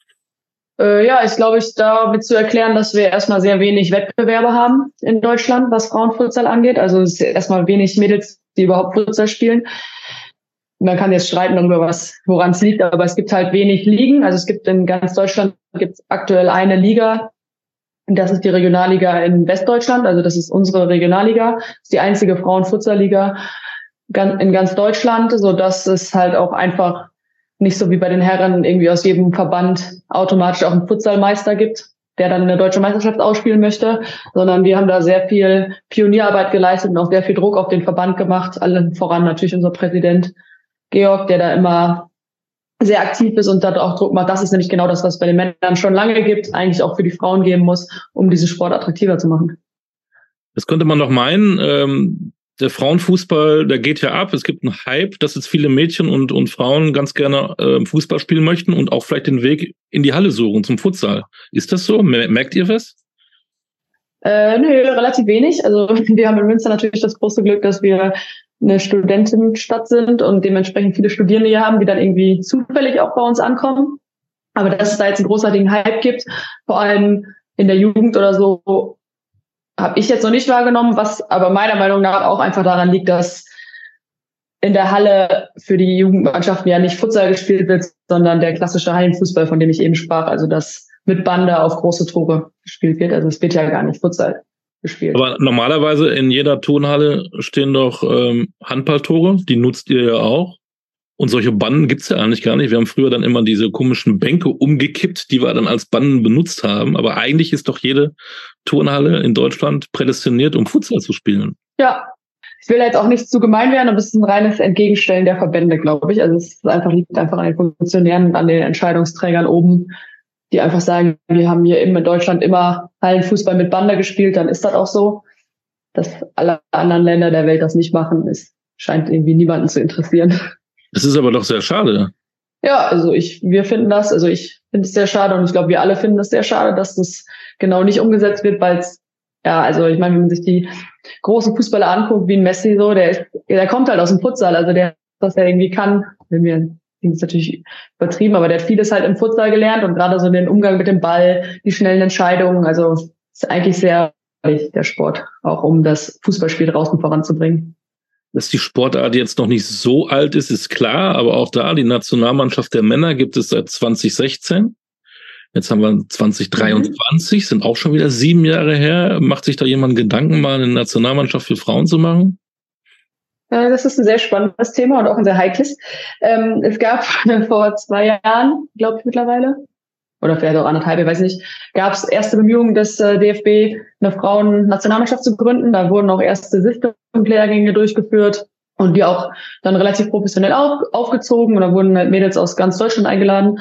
Ja, ich glaube, ich damit zu erklären, dass wir erstmal sehr wenig Wettbewerbe haben in Deutschland, was Frauenfutsal angeht. Also es ist erstmal wenig Mädels, die überhaupt Futsal spielen. Man kann jetzt streiten darüber, was, woran es liegt, aber es gibt halt wenig Ligen. Also es gibt in ganz Deutschland gibt es aktuell eine Liga. Und das ist die Regionalliga in Westdeutschland. Also das ist unsere Regionalliga. Das ist die einzige Frauenfutsalliga in ganz Deutschland, so dass es halt auch einfach nicht so wie bei den Herren irgendwie aus jedem Verband automatisch auch einen Futsalmeister gibt, der dann eine deutsche Meisterschaft ausspielen möchte, sondern wir haben da sehr viel Pionierarbeit geleistet und auch sehr viel Druck auf den Verband gemacht. Allen voran natürlich unser Präsident Georg, der da immer sehr aktiv ist und da auch Druck macht. Das ist nämlich genau das, was es bei den Männern schon lange gibt, eigentlich auch für die Frauen geben muss, um diesen Sport attraktiver zu machen. Das könnte man doch meinen. Ähm Der Frauenfußball, der geht ja ab. Es gibt einen Hype, dass jetzt viele Mädchen und, und Frauen ganz gerne äh, Fußball spielen möchten und auch vielleicht den Weg in die Halle suchen zum Futsal. Ist das so? Merkt ihr was? Äh, nö, relativ wenig. Also wir haben in Münster natürlich das große Glück, dass wir eine Studentenstadt sind und dementsprechend viele Studierende hier haben, die dann irgendwie zufällig auch bei uns ankommen. Aber dass es da jetzt einen großartigen Hype gibt, vor allem in der Jugend oder so, habe ich jetzt noch nicht wahrgenommen, was aber meiner Meinung nach auch einfach daran liegt, dass in der Halle für die Jugendmannschaften ja nicht Futsal gespielt wird, sondern der klassische Hallenfußball, von dem ich eben sprach, also dass mit Bande auf große Tore gespielt wird. Also es wird ja gar nicht Futsal gespielt. Aber normalerweise in jeder Turnhalle stehen doch ähm, Handballtore, die nutzt ihr ja auch. Und solche Banden gibt's ja eigentlich gar nicht. Wir haben früher dann immer diese komischen Bänke umgekippt, die wir dann als Banden benutzt haben. Aber eigentlich ist doch jede Turnhalle in Deutschland prädestiniert, um Futsal zu spielen. Ja, ich will jetzt auch nicht zu gemein werden, aber es ist ein reines Entgegenstellen der Verbände, glaube ich. Also es ist einfach, liegt einfach an den Funktionären und an den Entscheidungsträgern oben, die einfach sagen, wir haben hier in Deutschland immer Hallenfußball mit Bande gespielt, dann ist das auch so. Dass alle anderen Länder der Welt das nicht machen, ist, scheint irgendwie niemanden zu interessieren. Das ist aber doch sehr schade. Ja, also ich, wir finden das, also ich finde es sehr schade und ich glaube, wir alle finden es sehr schade, dass das genau nicht umgesetzt wird, weil es, ja, also ich meine, wenn man sich die großen Fußballer anguckt, wie ein Messi so, der ist, der kommt halt aus dem Futsal, also der, was er irgendwie kann, wenn wir, das ist natürlich übertrieben, aber der hat vieles halt im Futsal gelernt und gerade so den Umgang mit dem Ball, die schnellen Entscheidungen, also ist eigentlich sehr wichtig, der Sport, auch um das Fußballspiel draußen voranzubringen. Dass die Sportart jetzt noch nicht so alt ist, ist klar, aber auch da, die Nationalmannschaft der Männer gibt es seit zwanzig sechzehn. Jetzt haben wir zwanzig dreiundzwanzig, mhm. Sind auch schon wieder sieben Jahre her. Macht sich da jemand Gedanken, mal eine Nationalmannschaft für Frauen zu machen? Das ist ein sehr spannendes Thema und auch ein sehr heikles. Es gab vor zwei Jahren, glaube ich mittlerweile, oder vielleicht auch anderthalb, ich weiß nicht, gab es erste Bemühungen des D F B, eine Frauen-Nationalmannschaft zu gründen. Da wurden auch erste System-Lehrgänge durchgeführt und die auch dann relativ professionell auf, aufgezogen. Und da wurden halt Mädels aus ganz Deutschland eingeladen.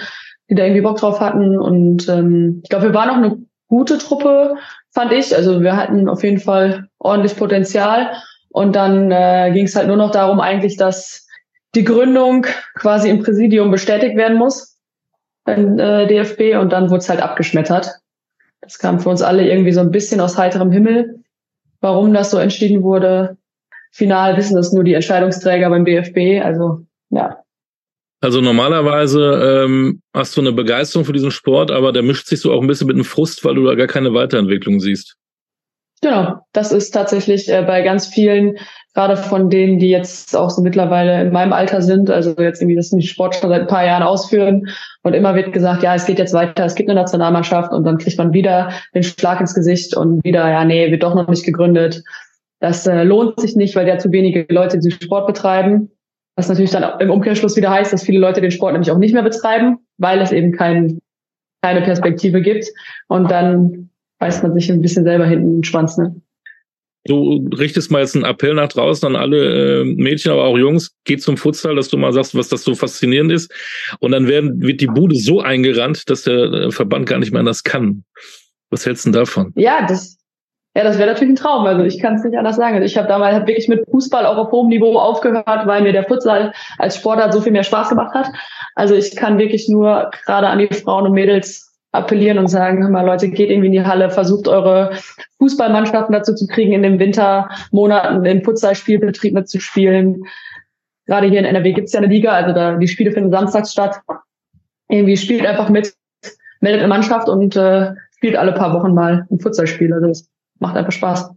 die da irgendwie Bock drauf hatten. Und ähm, ich glaube, wir waren auch eine gute Truppe, fand ich. Also wir hatten auf jeden Fall ordentlich Potenzial. Und dann äh, ging es halt nur noch darum eigentlich, dass die Gründung quasi im Präsidium bestätigt werden muss beim äh, D F B. Und dann wurde es halt abgeschmettert. Das kam für uns alle irgendwie so ein bisschen aus heiterem Himmel. Warum das so entschieden wurde, final wissen das nur die Entscheidungsträger beim D F B. Also, ja. Also normalerweise ähm, hast du eine Begeisterung für diesen Sport, aber der mischt sich so auch ein bisschen mit einem Frust, weil du da gar keine Weiterentwicklung siehst. Genau, das ist tatsächlich äh, bei ganz vielen, gerade von denen, die jetzt auch so mittlerweile in meinem Alter sind, also jetzt irgendwie das die Sport schon seit ein paar Jahren ausführen und immer wird gesagt, ja, es geht jetzt weiter, es gibt eine Nationalmannschaft und dann kriegt man wieder den Schlag ins Gesicht und wieder, ja, nee, wird doch noch nicht gegründet. Das äh, lohnt sich nicht, weil ja zu wenige Leute diesen Sport betreiben. Was natürlich dann im Umkehrschluss wieder heißt, dass viele Leute den Sport nämlich auch nicht mehr betreiben, weil es eben kein, keine Perspektive gibt. Und dann beißt man sich ein bisschen selber hinten den Schwanz, ne? Du richtest mal jetzt einen Appell nach draußen an alle äh, Mädchen, aber auch Jungs, geht zum Futsal, dass du mal sagst, was das so faszinierend ist. Und dann werden, wird die Bude so eingerannt, dass der Verband gar nicht mehr anders kann. Was hältst du denn davon? Ja, das Ja, das wäre natürlich ein Traum. Also ich kann es nicht anders sagen. Also ich habe damals hab wirklich mit Fußball auch auf hohem Niveau aufgehört, weil mir der Futsal als Sportart so viel mehr Spaß gemacht hat. Also ich kann wirklich nur gerade an die Frauen und Mädels appellieren und sagen, hör mal Leute, geht irgendwie in die Halle, versucht eure Fußballmannschaften dazu zu kriegen, in den Wintermonaten den Futsalspielbetrieb mitzuspielen. Gerade hier in N R W gibt's ja eine Liga, also da die Spiele finden samstags statt. Irgendwie spielt einfach mit, meldet eine Mannschaft und äh, spielt alle paar Wochen mal ein Futsalspiel. Also das macht einfach Spaß.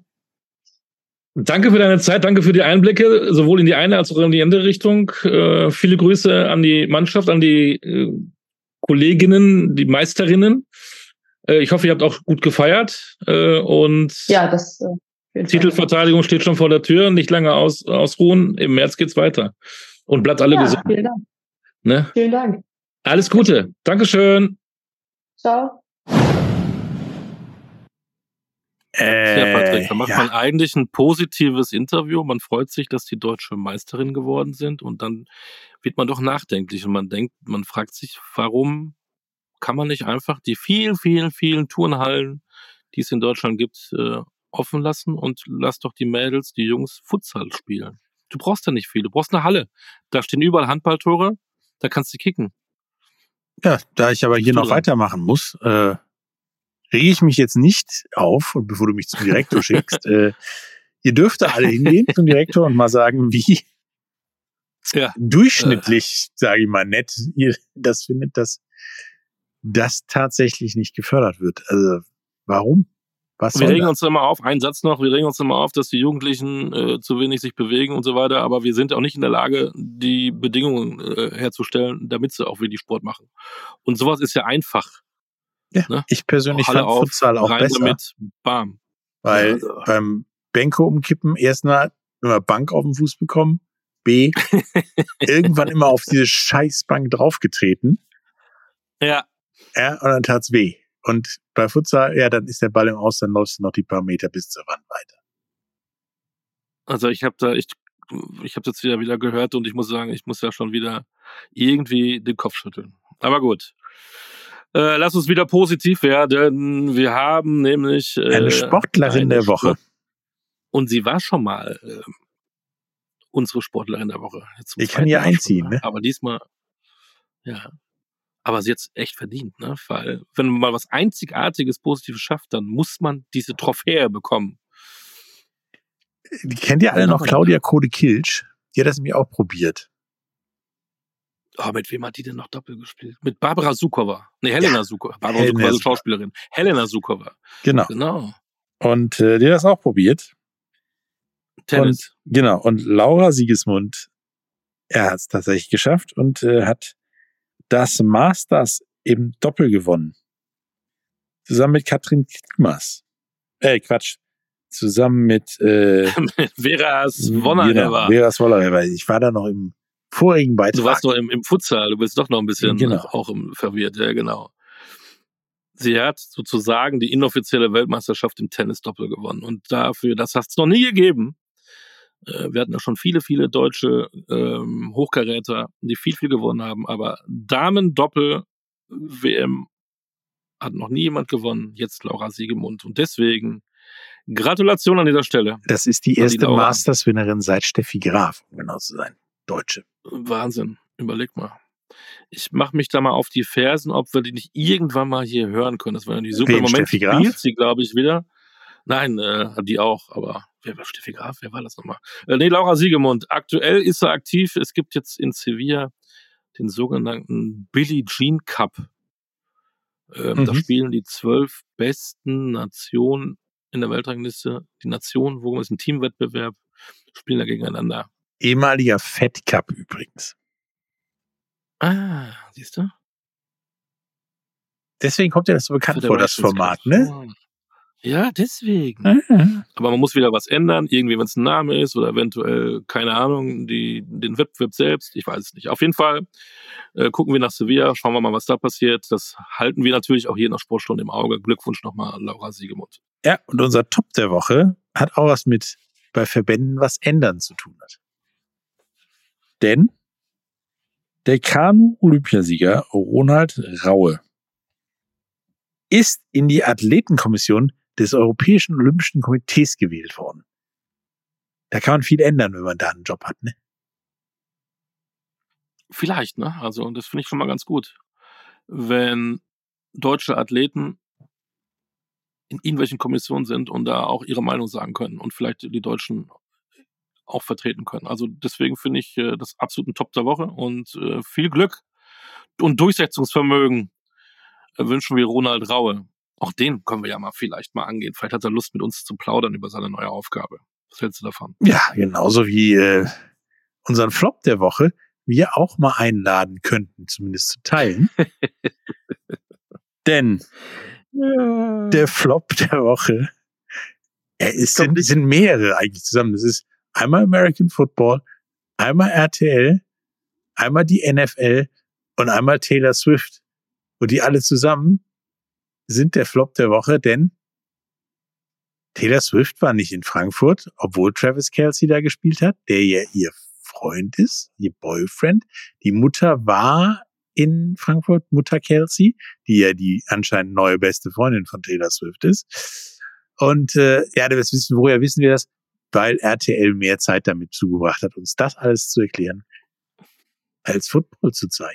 Danke für deine Zeit, danke für die Einblicke, sowohl in die eine als auch in die andere Richtung. Äh, viele Grüße an die Mannschaft, an die äh, Kolleginnen, die Meisterinnen. Äh, ich hoffe, ihr habt auch gut gefeiert. Äh, und ja, das äh, Titelverteidigung steht schon vor der Tür, nicht lange aus, ausruhen. Im März geht's weiter. Und bleibt alle ja, gesund. Vielen Dank. Ne? Vielen Dank. Alles Gute. Dankeschön. Ciao. Äh, ja, Patrick, da macht ja. man eigentlich ein positives Interview. Man freut sich, dass die deutsche Meisterin geworden sind und dann wird man doch nachdenklich und man denkt, man fragt sich, warum kann man nicht einfach die vielen, vielen, vielen Turnhallen, die es in Deutschland gibt, äh, offen lassen und lass doch die Mädels, die Jungs Futsal spielen. Du brauchst ja nicht viel, du brauchst eine Halle. Da stehen überall Handballtore, da kannst du kicken. Ja, da ich aber hier noch dran? weitermachen muss, äh, rege ich mich jetzt nicht auf, und bevor du mich zum Direktor schickst, äh, ihr dürft da alle hingehen zum Direktor und mal sagen, wie ja. durchschnittlich, äh. sage ich mal nett, ihr das findet, dass das tatsächlich nicht gefördert wird. Also warum? Was wir regen das? uns immer auf, ein Satz noch, wir regen uns immer auf, dass die Jugendlichen äh, zu wenig sich bewegen und so weiter, aber wir sind auch nicht in der Lage, die Bedingungen äh, herzustellen, damit sie auch wirklich Sport machen. Und sowas ist ja einfach. Ja, ne? Ich persönlich Halle fand auf, Futsal auch besser. Damit, bam. Weil ja, also. beim Bänke umkippen erstmal immer Bank auf den Fuß bekommen, B, irgendwann immer auf diese Scheißbank draufgetreten. Ja. Ja, und dann tat's weh. Und bei Futsal, ja, dann ist der Ball im Aus, dann läufst du noch die paar Meter bis zur Wand weiter. Also ich habe da, ich, ich habe jetzt wieder wieder gehört und ich muss sagen, ich muss ja schon wieder irgendwie den Kopf schütteln. Aber gut. Äh, lass uns wieder positiv werden. Wir haben nämlich äh, eine Sportlerin eine der Woche. Sport- und sie war schon mal äh, unsere Sportlerin der Woche. Jetzt ich kann hier einziehen, ne? Aber diesmal, ja. Aber sie jetzt echt verdient, ne? Weil wenn man mal was Einzigartiges, Positives schafft, dann muss man diese Trophäe bekommen. Die kennt ihr alle noch, Claudia Kode-Kilsch? Die hat das nämlich auch probiert. Oh, mit wem hat die denn noch Doppel gespielt? Mit Barbara Sukowa. Nee, Helena ja. Sukowa. Barbara Helena Sukowa ist Schauspielerin. Helena Sukowa. Genau. Genau. Und äh, die hat das auch probiert. Tennis. Und, genau. Und Laura Siegesmund, er hat es tatsächlich geschafft und äh, hat das Masters im Doppel gewonnen. Zusammen mit Katrin Klimas. Äh, Quatsch. Zusammen mit äh, Vera Svonareva. Genau, Vera Svonareva. Ich war da noch im vorigen Beitrag. Du warst noch im, im Futsal, du bist doch noch ein bisschen genau. auch im, verwirrt, ja genau. Sie hat sozusagen die inoffizielle Weltmeisterschaft im Tennis-Doppel gewonnen und dafür, das hat es noch nie gegeben. Äh, wir hatten ja schon viele, viele deutsche ähm, Hochkaräter, die viel, viel gewonnen haben, aber Damen-Doppel W M hat noch nie jemand gewonnen, jetzt Laura Siegemund. Und deswegen Gratulation an dieser Stelle. Das ist die erste Masters-Winnerin seit Steffi Graf, um genau zu sein. Deutsche. Wahnsinn, überleg mal. Ich mache mich da mal auf die Fersen, ob wir die nicht irgendwann mal hier hören können. Das war ja die super. Im Moment spielt sie, glaube ich, wieder. Nein, äh, die auch, aber wer war Steffi Graf? Wer war das nochmal? Äh, nee, Laura Siegemund. Aktuell ist sie aktiv. Es gibt jetzt in Sevilla den sogenannten Billie Jean Cup. Ähm, mhm. Da spielen die zwölf besten Nationen in der Weltrangliste. Die Nationen, wo es ein Teamwettbewerb, spielen da gegeneinander. Ehemaliger Fed Cup übrigens. Ah, siehst du? Deswegen kommt ja das so bekannt vor, das Format, ne? Ja, deswegen. Mhm. Aber man muss wieder was ändern, irgendwie, wenn es ein Name ist oder eventuell, keine Ahnung, die, den Wettbewerb selbst, ich weiß es nicht. Auf jeden Fall äh, gucken wir nach Sevilla, schauen wir mal, was da passiert. Das halten wir natürlich auch hier in der Sportstunde im Auge. Glückwunsch nochmal an Laura Siegemund. Ja, und unser Top der Woche hat auch was mit bei Verbänden was ändern zu tun hat. Denn der Kanu-Olympiasieger Ronald Raue ist in die Athletenkommission des Europäischen Olympischen Komitees gewählt worden. Da kann man viel ändern, wenn man da einen Job hat, ne? Vielleicht, ne? Also, das finde ich schon mal ganz gut. Wenn deutsche Athleten in irgendwelchen Kommissionen sind und da auch ihre Meinung sagen können und vielleicht die Deutschen auch vertreten können. Also deswegen finde ich äh, das absolut ein Top der Woche und äh, viel Glück und Durchsetzungsvermögen äh, wünschen wir Ronald Raue. Auch den können wir ja mal vielleicht mal angehen. Vielleicht hat er Lust, mit uns zu plaudern über seine neue Aufgabe. Was hältst du davon? Ja, genauso wie äh, unseren Flop der Woche wir auch mal einladen könnten, zumindest zu teilen. Denn ja. Der Flop der Woche, er ist, sind, sind mehrere eigentlich zusammen. Das ist einmal American Football, einmal R T L, einmal die N F L und einmal Taylor Swift. Und die alle zusammen sind der Flop der Woche, denn Taylor Swift war nicht in Frankfurt, obwohl Travis Kelce da gespielt hat, der ja ihr Freund ist, ihr Boyfriend. Die Mutter war in Frankfurt, Mutter Kelce, die ja die anscheinend neue beste Freundin von Taylor Swift ist. Und äh, ja, das wissen, woher wissen wir das? Weil R T L mehr Zeit damit zugebracht hat, uns das alles zu erklären, als Football zu zeigen.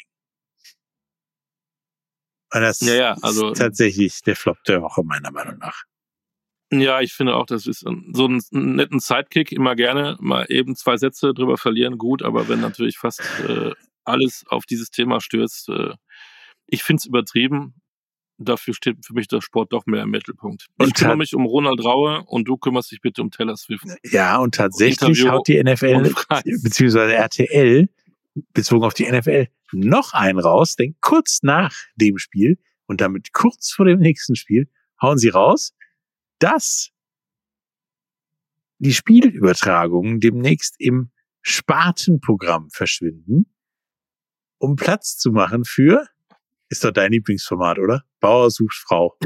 Und das ja, ja, also, ist tatsächlich der Flop der Woche, meiner Meinung nach. Ja, ich finde auch, das ist so einen netten Sidekick, immer gerne mal eben zwei Sätze drüber verlieren, gut, aber wenn natürlich fast äh, alles auf dieses Thema stürzt, äh, ich finde es übertrieben. Dafür steht für mich der Sport doch mehr im Mittelpunkt. Ich und kümmere mich um Ronald Raue und du kümmerst dich bitte um Taylor Swift. Ja, und tatsächlich und haut die N F L beziehungsweise R T L bezogen auf die N F L noch einen raus, denn kurz nach dem Spiel und damit kurz vor dem nächsten Spiel hauen sie raus, dass die Spielübertragungen demnächst im Spartenprogramm verschwinden, um Platz zu machen für, ist doch dein Lieblingsformat, oder? Bauer sucht Frau.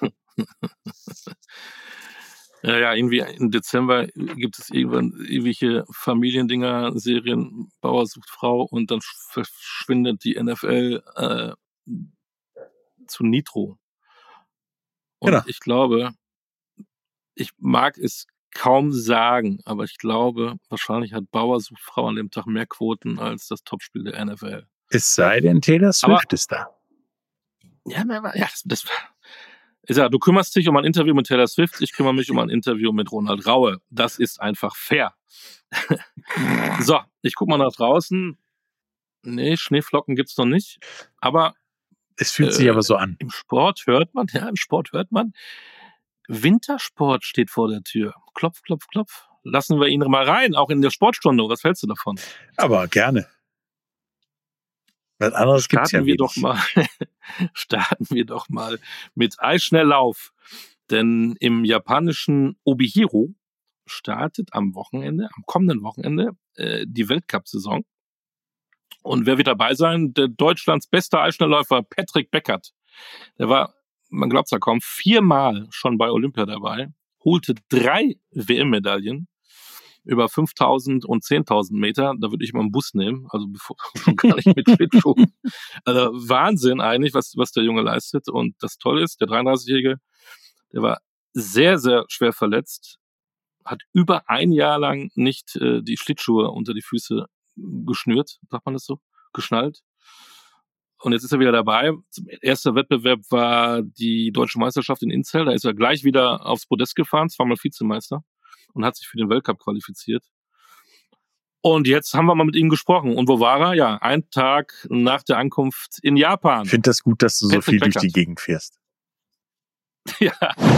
Ja, ja, irgendwie im Dezember gibt es irgendwann ewige Familiendinger, Serien, Bauer sucht Frau und dann verschwindet die N F L äh, zu Nitro. Und genau. Ich glaube, ich mag es kaum sagen, aber ich glaube, wahrscheinlich hat Bauer sucht Frau an dem Tag mehr Quoten als das Topspiel der N F L. Es sei denn, Taylor Swift aber, ist da. Ja, ja, das, das ist ja, du kümmerst dich um ein Interview mit Taylor Swift, ich kümmere mich um ein Interview mit Ronald Raue. Das ist einfach fair. So, ich guck mal nach draußen. Nee, Schneeflocken gibt's noch nicht. Aber es fühlt sich äh, aber so an. Im Sport hört man, ja, im Sport hört man, Wintersport steht vor der Tür. Klopf, klopf, klopf. Lassen wir ihn mal rein, auch in der Sportstunde. Was hältst du davon? Aber gerne. Was anderes gibt's ja wir doch mal, starten wir doch mal mit Eisschnelllauf. Denn im japanischen Obihiro startet am Wochenende, am kommenden Wochenende, äh, die Weltcup-Saison. Und wer wird dabei sein? Der Deutschlands bester Eisschnellläufer Patrick Beckert. Der war, man glaubt es ja kaum, viermal schon bei Olympia dabei, holte drei W M-Medaillen über fünftausend und zehntausend Meter, da würde ich mal einen Bus nehmen, also bevor, schon gar nicht mit Schlittschuhen. Also Wahnsinn eigentlich, was, was der Junge leistet. Und das Tolle ist, der dreiunddreißigjährige, der war sehr, sehr schwer verletzt, hat über ein Jahr lang nicht äh, die Schlittschuhe unter die Füße geschnürt, sagt man das so, geschnallt. Und jetzt ist er wieder dabei. Erster Wettbewerb war die Deutsche Meisterschaft in Inzell. Da ist er gleich wieder aufs Podest gefahren, zweimal Vizemeister und hat sich für den Weltcup qualifiziert. Und jetzt haben wir mal mit ihm gesprochen. Und wo war er? Ja, ein Tag nach der Ankunft in Japan. Ich finde das gut, dass du so viel durch die Gegend fährst. Ja.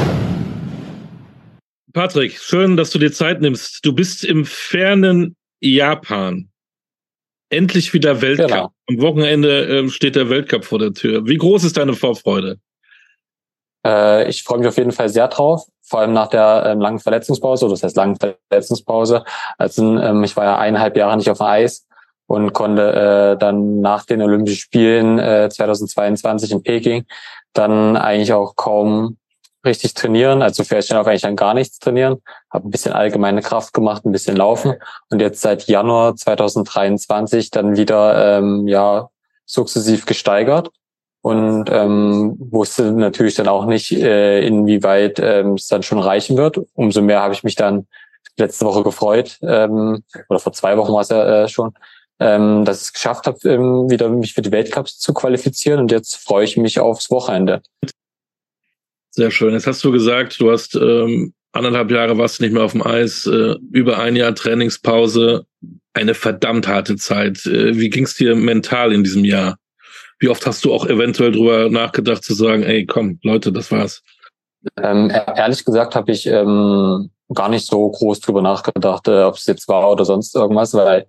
Patrick, schön, dass du dir Zeit nimmst. Du bist im fernen Japan. Endlich wieder Weltcup. Genau. Am Wochenende ähm, steht der Weltcup vor der Tür. Wie groß ist deine Vorfreude? Äh, ich freue mich auf jeden Fall sehr drauf. Vor allem nach der ähm, langen Verletzungspause, oder das heißt langen Verletzungspause. Also ähm, ich war ja eineinhalb Jahre nicht auf dem Eis und konnte äh, dann nach den Olympischen Spielen äh, zweitausendzweiundzwanzig in Peking dann eigentlich auch kaum richtig trainieren, also für Eschenlauf eigentlich dann gar nichts trainieren, habe ein bisschen allgemeine Kraft gemacht, ein bisschen Laufen und jetzt seit Januar zweitausenddreiundzwanzig dann wieder ähm, ja sukzessiv gesteigert und ähm, wusste natürlich dann auch nicht, äh, inwieweit ähm, es dann schon reichen wird. Umso mehr habe ich mich dann letzte Woche gefreut, ähm, oder vor zwei Wochen war es ja äh, schon, ähm, dass ich es geschafft habe, ähm, wieder mich für die Weltcups zu qualifizieren und jetzt freue ich mich aufs Wochenende. Sehr schön. Jetzt hast du gesagt, du hast ähm, anderthalb Jahre warst du nicht mehr auf dem Eis, äh, über ein Jahr Trainingspause, eine verdammt harte Zeit. Äh, wie ging es dir mental in diesem Jahr? Wie oft hast du auch eventuell drüber nachgedacht zu sagen, ey, komm, Leute, das war's? Ähm, ehrlich gesagt habe ich ähm, gar nicht so groß drüber nachgedacht, äh, ob es jetzt war oder sonst irgendwas, weil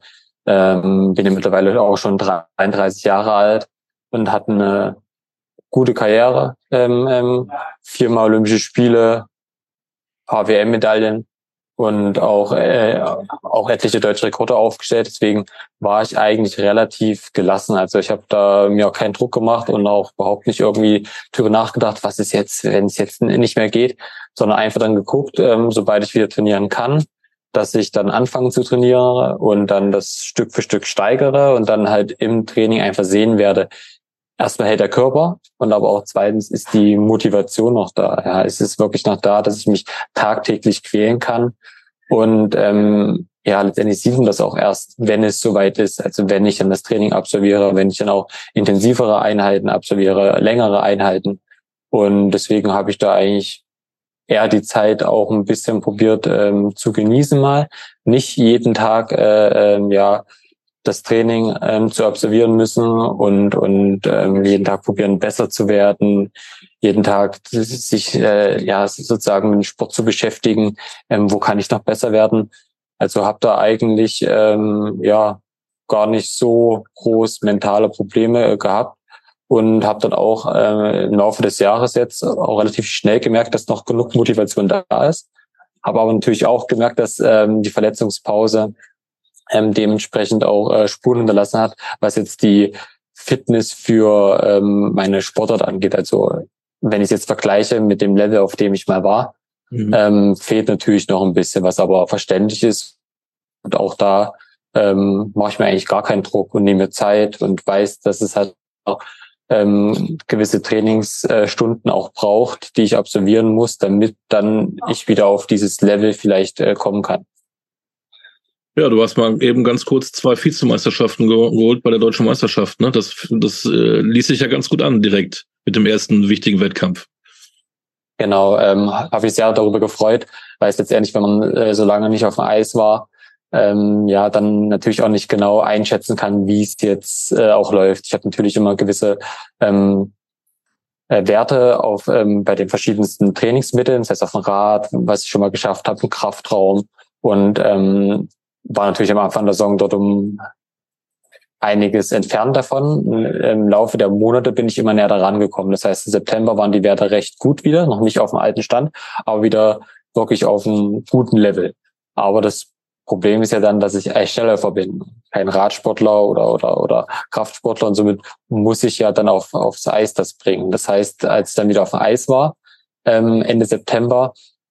ähm, bin ja mittlerweile auch schon dreiunddreißig Jahre alt und hatte eine gute Karriere, ähm, ähm, viermal Olympische Spiele, paar W M-Medaillen und auch äh, auch etliche deutsche Rekorde aufgestellt. Deswegen war ich eigentlich relativ gelassen. Also ich habe da mir auch keinen Druck gemacht und auch überhaupt nicht irgendwie drüber nachgedacht, was ist jetzt, wenn es jetzt nicht mehr geht, sondern einfach dann geguckt, ähm, sobald ich wieder trainieren kann, dass ich dann anfange zu trainieren und dann das Stück für Stück steigere und dann halt im Training einfach sehen werde, erstmal hält der Körper und aber auch zweitens ist die Motivation noch da. Ja, es ist wirklich noch da, dass ich mich tagtäglich quälen kann. Und ähm, ja, letztendlich sieht man das auch erst, wenn es soweit ist. Also wenn ich dann das Training absolviere, wenn ich dann auch intensivere Einheiten absolviere, längere Einheiten. Und deswegen habe ich da eigentlich eher die Zeit auch ein bisschen probiert ähm, zu genießen mal. Nicht jeden Tag äh, ähm, ja das Training ähm, zu absolvieren müssen und und ähm, jeden Tag probieren, besser zu werden, jeden Tag sich äh, ja sozusagen mit dem Sport zu beschäftigen, ähm, wo kann ich noch besser werden. Also habe da eigentlich ähm, ja gar nicht so groß mentale Probleme äh, gehabt und habe dann auch äh, im Laufe des Jahres jetzt auch relativ schnell gemerkt, dass noch genug Motivation da ist. Habe aber natürlich auch gemerkt, dass ähm, die Verletzungspause Ähm, dementsprechend auch äh, Spuren hinterlassen hat, was jetzt die Fitness für ähm, meine Sportart angeht. Also wenn ich es jetzt vergleiche mit dem Level, auf dem ich mal war, mhm. ähm, fehlt natürlich noch ein bisschen, was aber verständlich ist. Und auch da ähm, mache ich mir eigentlich gar keinen Druck und nehme mir Zeit und weiß, dass es halt auch ähm, gewisse Trainingsstunden auch braucht, die ich absolvieren muss, damit dann ich wieder auf dieses Level vielleicht äh, kommen kann. Ja, du hast mal eben ganz kurz zwei Vizemeisterschaften geholt bei der Deutschen Meisterschaft. Ne? Das, das äh, ließ sich ja ganz gut an direkt mit dem ersten wichtigen Wettkampf. Genau, ähm, habe ich sehr darüber gefreut, weil es letztendlich, wenn man äh, so lange nicht auf dem Eis war, ähm, ja, dann natürlich auch nicht genau einschätzen kann, wie es jetzt äh, auch läuft. Ich habe natürlich immer gewisse ähm, äh, Werte auf ähm, bei den verschiedensten Trainingsmitteln, das heißt auf dem Rad, was ich schon mal geschafft habe, im Kraftraum und ähm, war natürlich am Anfang der Saison dort um einiges entfernt davon. Im Laufe der Monate bin ich immer näher daran gekommen. Das heißt, im September waren die Werte recht gut wieder, noch nicht auf dem alten Stand, aber wieder wirklich auf einem guten Level. Aber das Problem ist ja dann, dass ich Eisschnellläufer bin, kein Radsportler oder oder oder Kraftsportler und somit muss ich ja dann auf aufs Eis das bringen. Das heißt, als ich dann wieder auf dem Eis war, ähm, Ende September,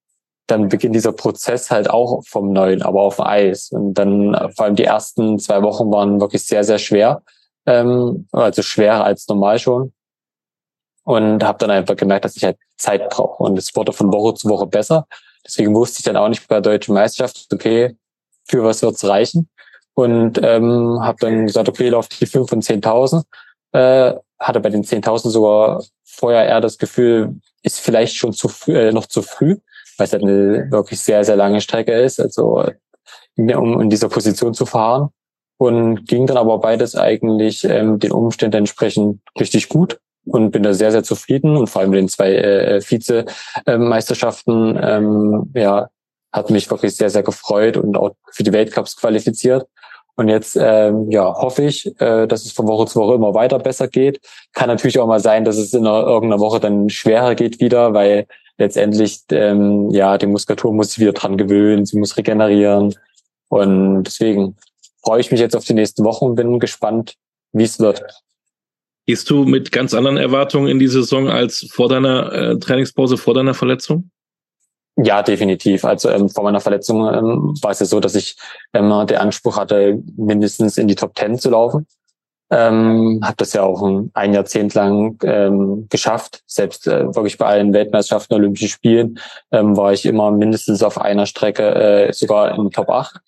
dann beginnt dieser Prozess halt auch vom Neuen, aber auf Eis. Und dann äh, vor allem die ersten zwei Wochen waren wirklich sehr, sehr schwer, ähm, also schwerer als normal schon. Und habe dann einfach gemerkt, dass ich halt Zeit brauche. Und es wurde von Woche zu Woche besser. Deswegen wusste ich dann auch nicht bei der Deutschen Meisterschaft, okay, für was wird's reichen? Und ähm, habe dann gesagt, okay, lauf die fünf und zehntausend. Äh, hatte bei den zehntausend sogar vorher eher das Gefühl, ist vielleicht schon zu früh, äh, noch zu früh, weil es halt eine wirklich sehr, sehr lange Strecke ist, also um in dieser Position zu fahren. Und ging dann aber beides eigentlich ähm, den Umständen entsprechend richtig gut. Und bin da sehr, sehr zufrieden. Und vor allem mit den zwei äh, Vize-Meisterschaften ähm, ja, hat mich wirklich sehr, sehr gefreut und auch für die Weltcups qualifiziert. Und jetzt ähm, ja, hoffe ich, äh, dass es von Woche zu Woche immer weiter besser geht. Kann natürlich auch mal sein, dass es in einer, irgendeiner Woche dann schwerer geht wieder, weil letztendlich ähm, ja die Muskulatur muss sich wieder dran gewöhnen, sie muss regenerieren. Und deswegen freue ich mich jetzt auf die nächsten Wochen und bin gespannt, wie es wird. Gehst du mit ganz anderen Erwartungen in die Saison als vor deiner äh, Trainingspause, vor deiner Verletzung? Ja, definitiv. Also ähm, vor meiner Verletzung ähm, war es ja so, dass ich immer ähm, den Anspruch hatte, mindestens in die Top Ten zu laufen. Ähm, habe das ja auch ein, ein Jahrzehnt lang ähm, geschafft. Selbst äh, wirklich bei allen Weltmeisterschaften, Olympischen Spielen ähm, war ich immer mindestens auf einer Strecke äh, sogar in Top acht.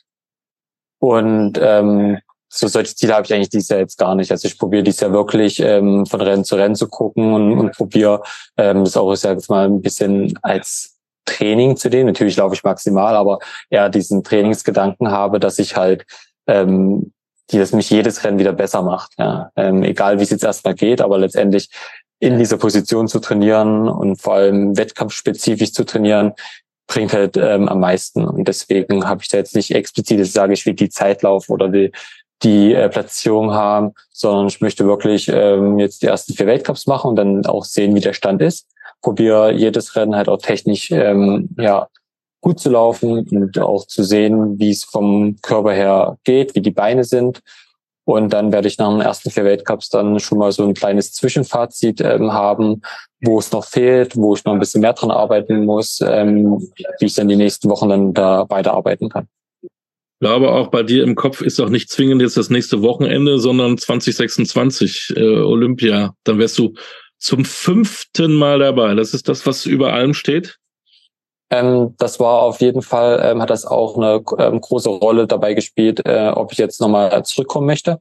Und ähm, so solche Ziele habe ich eigentlich dieses Jahr jetzt gar nicht. Also ich probiere dieses Jahr wirklich ähm, von Rennen zu Rennen zu gucken und, und probiere ähm, das auch jetzt mal ein bisschen als Training zu nehmen. Natürlich laufe ich maximal, aber eher diesen Trainingsgedanken habe, dass ich halt, ähm, die das mich jedes Rennen wieder besser macht. Ja, ähm, egal wie es jetzt erstmal geht, aber letztendlich in dieser Position zu trainieren und vor allem wettkampfspezifisch zu trainieren, bringt halt ähm, am meisten. Und deswegen habe ich da jetzt nicht explizit, dass ich sage, ich will die Zeit laufen oder will die äh, Platzierung haben, sondern ich möchte wirklich ähm, jetzt die ersten vier Weltcups machen und dann auch sehen, wie der Stand ist. Probiere jedes Rennen halt auch technisch ähm, ja gut zu laufen und auch zu sehen, wie es vom Körper her geht, wie die Beine sind. Und dann werde ich nach den ersten vier Weltcups dann schon mal so ein kleines Zwischenfazit ähm, haben, wo es noch fehlt, wo ich noch ein bisschen mehr dran arbeiten muss, ähm, wie ich dann die nächsten Wochen dann da weiterarbeiten kann. Ich glaube, auch bei dir im Kopf ist auch nicht zwingend jetzt das nächste Wochenende, sondern zwanzig sechsundzwanzig äh, Olympia. Dann wärst du zum fünften Mal dabei. Das ist das, was über allem steht? Ähm, das war auf jeden Fall, ähm, hat das auch eine ähm, große Rolle dabei gespielt, äh, ob ich jetzt nochmal zurückkommen möchte.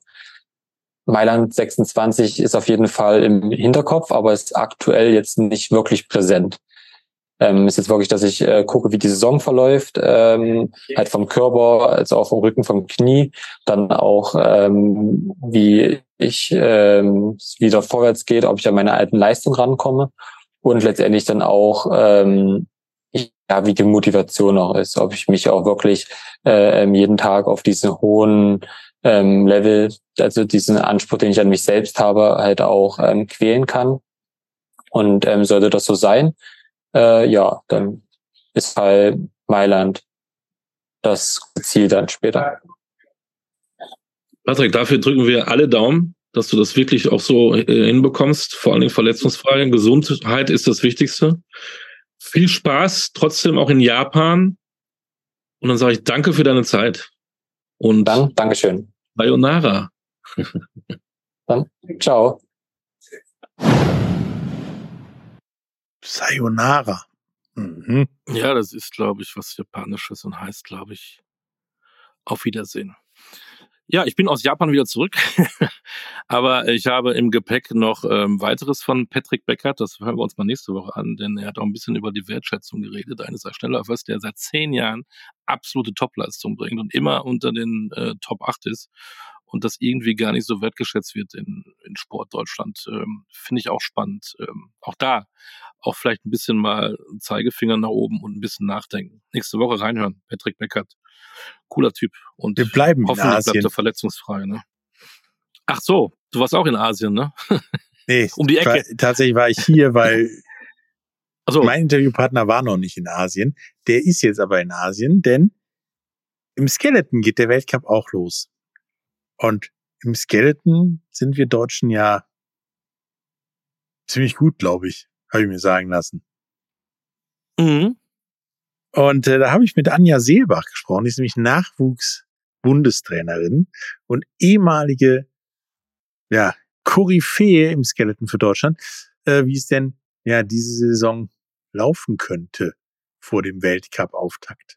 Mailand sechsundzwanzig ist auf jeden Fall im Hinterkopf, aber ist aktuell jetzt nicht wirklich präsent. Ähm, ist jetzt wirklich, dass ich äh, gucke, wie die Saison verläuft, ähm, halt vom Körper, also auch vom Rücken, vom Knie, dann auch ähm, wie ich ähm, wieder vorwärts geht, ob ich an meine alten Leistungen rankomme und letztendlich dann auch ähm, ich, ja, wie die Motivation auch ist, ob ich mich auch wirklich äh, jeden Tag auf diesen hohen ähm, Level, also diesen Anspruch, den ich an mich selbst habe, halt auch ähm, quälen kann. Und ähm, sollte das so sein, Äh, ja, dann ist halt Mailand das Ziel dann später. Patrick, dafür drücken wir alle Daumen, dass du das wirklich auch so äh, hinbekommst, vor allen Dingen verletzungsfrei. Gesundheit ist das Wichtigste. Viel Spaß trotzdem auch in Japan. Und dann sage ich danke für deine Zeit. Und dann, Dankeschön. Sayonara. Dann, ciao. Sayonara. Mhm. Ja, das ist, glaube ich, was Japanisches und heißt, glaube ich, auf Wiedersehen. Ja, ich bin aus Japan wieder zurück, aber ich habe im Gepäck noch ähm, weiteres von Patrick Beckert, das hören wir uns mal nächste Woche an, denn er hat auch ein bisschen über die Wertschätzung geredet eines Schnellläufers, der seit zehn Jahren absolute Topleistung bringt und immer unter den äh, Top acht ist und das irgendwie gar nicht so wertgeschätzt wird in, in Sport Deutschland. Ähm, finde ich auch spannend. Ähm, auch da, auch vielleicht ein bisschen mal Zeigefinger nach oben und ein bisschen nachdenken. Nächste Woche reinhören, Patrick Beckert. Cooler Typ. Und wir bleiben in hoffentlich Asien. Bleibt er verletzungsfrei. Ne? Ach so, du warst auch in Asien, ne? Nee, um die Ecke. War, tatsächlich war ich hier, weil so. Mein Interviewpartner war noch nicht in Asien. Der ist jetzt aber in Asien, denn im Skeleton geht der Weltcup auch los. Und im Skeleton sind wir Deutschen ja ziemlich gut, glaube ich, habe ich mir sagen lassen. Mhm. Und äh, da habe ich mit Anja Seelbach gesprochen, die ist nämlich Nachwuchs-Bundestrainerin und ehemalige ja, Koryphäe im Skeleton für Deutschland, äh, wie es denn ja diese Saison laufen könnte vor dem Weltcup-Auftakt.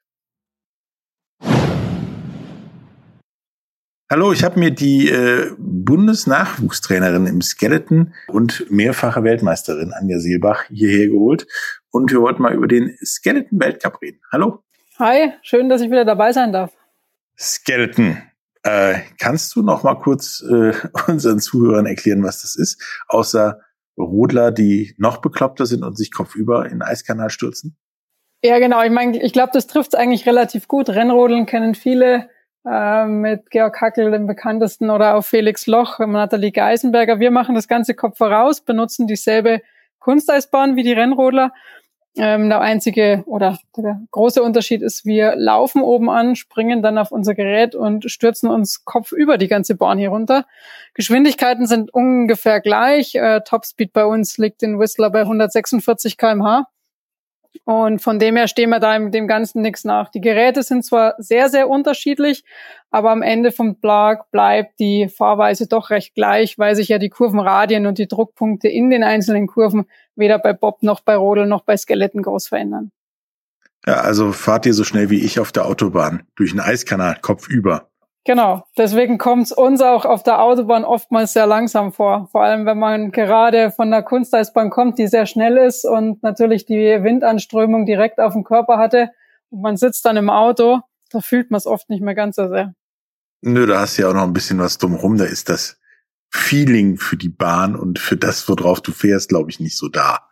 Hallo, ich habe mir die äh, Bundesnachwuchstrainerin im Skeleton und mehrfache Weltmeisterin Anja Seelbach hierher geholt und wir wollten mal über den Skeleton-Weltcup reden. Hallo. Hi, schön, dass ich wieder dabei sein darf. Skeleton. Äh, kannst du noch mal kurz äh, unseren Zuhörern erklären, was das ist? Außer Rodler, die noch bekloppter sind und sich kopfüber in den Eiskanal stürzen? Ja, genau. Ich meine, ich glaube, das trifft es eigentlich relativ gut. Rennrodeln kennen viele, äh, mit Georg Hackel, dem bekanntesten, oder auch Felix Loch, Nathalie Geisenberger. Wir machen das Ganze Kopf voraus, benutzen dieselbe Kunsteisbahn wie die Rennrodler. Ähm, der einzige oder der große Unterschied ist, wir laufen oben an, springen dann auf unser Gerät und stürzen uns kopfüber die ganze Bahn hier runter. Geschwindigkeiten sind ungefähr gleich. Äh, Topspeed bei uns liegt in Whistler bei hundertsechsundvierzig Kilometer pro Stunde. Und von dem her stehen wir da dem Ganzen nichts nach. Die Geräte sind zwar sehr, sehr unterschiedlich, aber am Ende vom Tag bleibt die Fahrweise doch recht gleich, weil sich ja die Kurvenradien und die Druckpunkte in den einzelnen Kurven weder bei Bob noch bei Rodel noch bei Skeleton groß verändern. Ja, also fahrt ihr so schnell wie ich auf der Autobahn durch einen Eiskanal, kopfüber. Genau, deswegen kommt es uns auch auf der Autobahn oftmals sehr langsam vor. Vor allem, wenn man gerade von der Kunsteisbahn kommt, die sehr schnell ist und natürlich die Windanströmung direkt auf dem Körper hatte und man sitzt dann im Auto, da fühlt man es oft nicht mehr ganz so sehr. Nö, da hast du ja auch noch ein bisschen was drumherum. Da ist das Feeling für die Bahn und für das, worauf du fährst, glaube ich, nicht so da.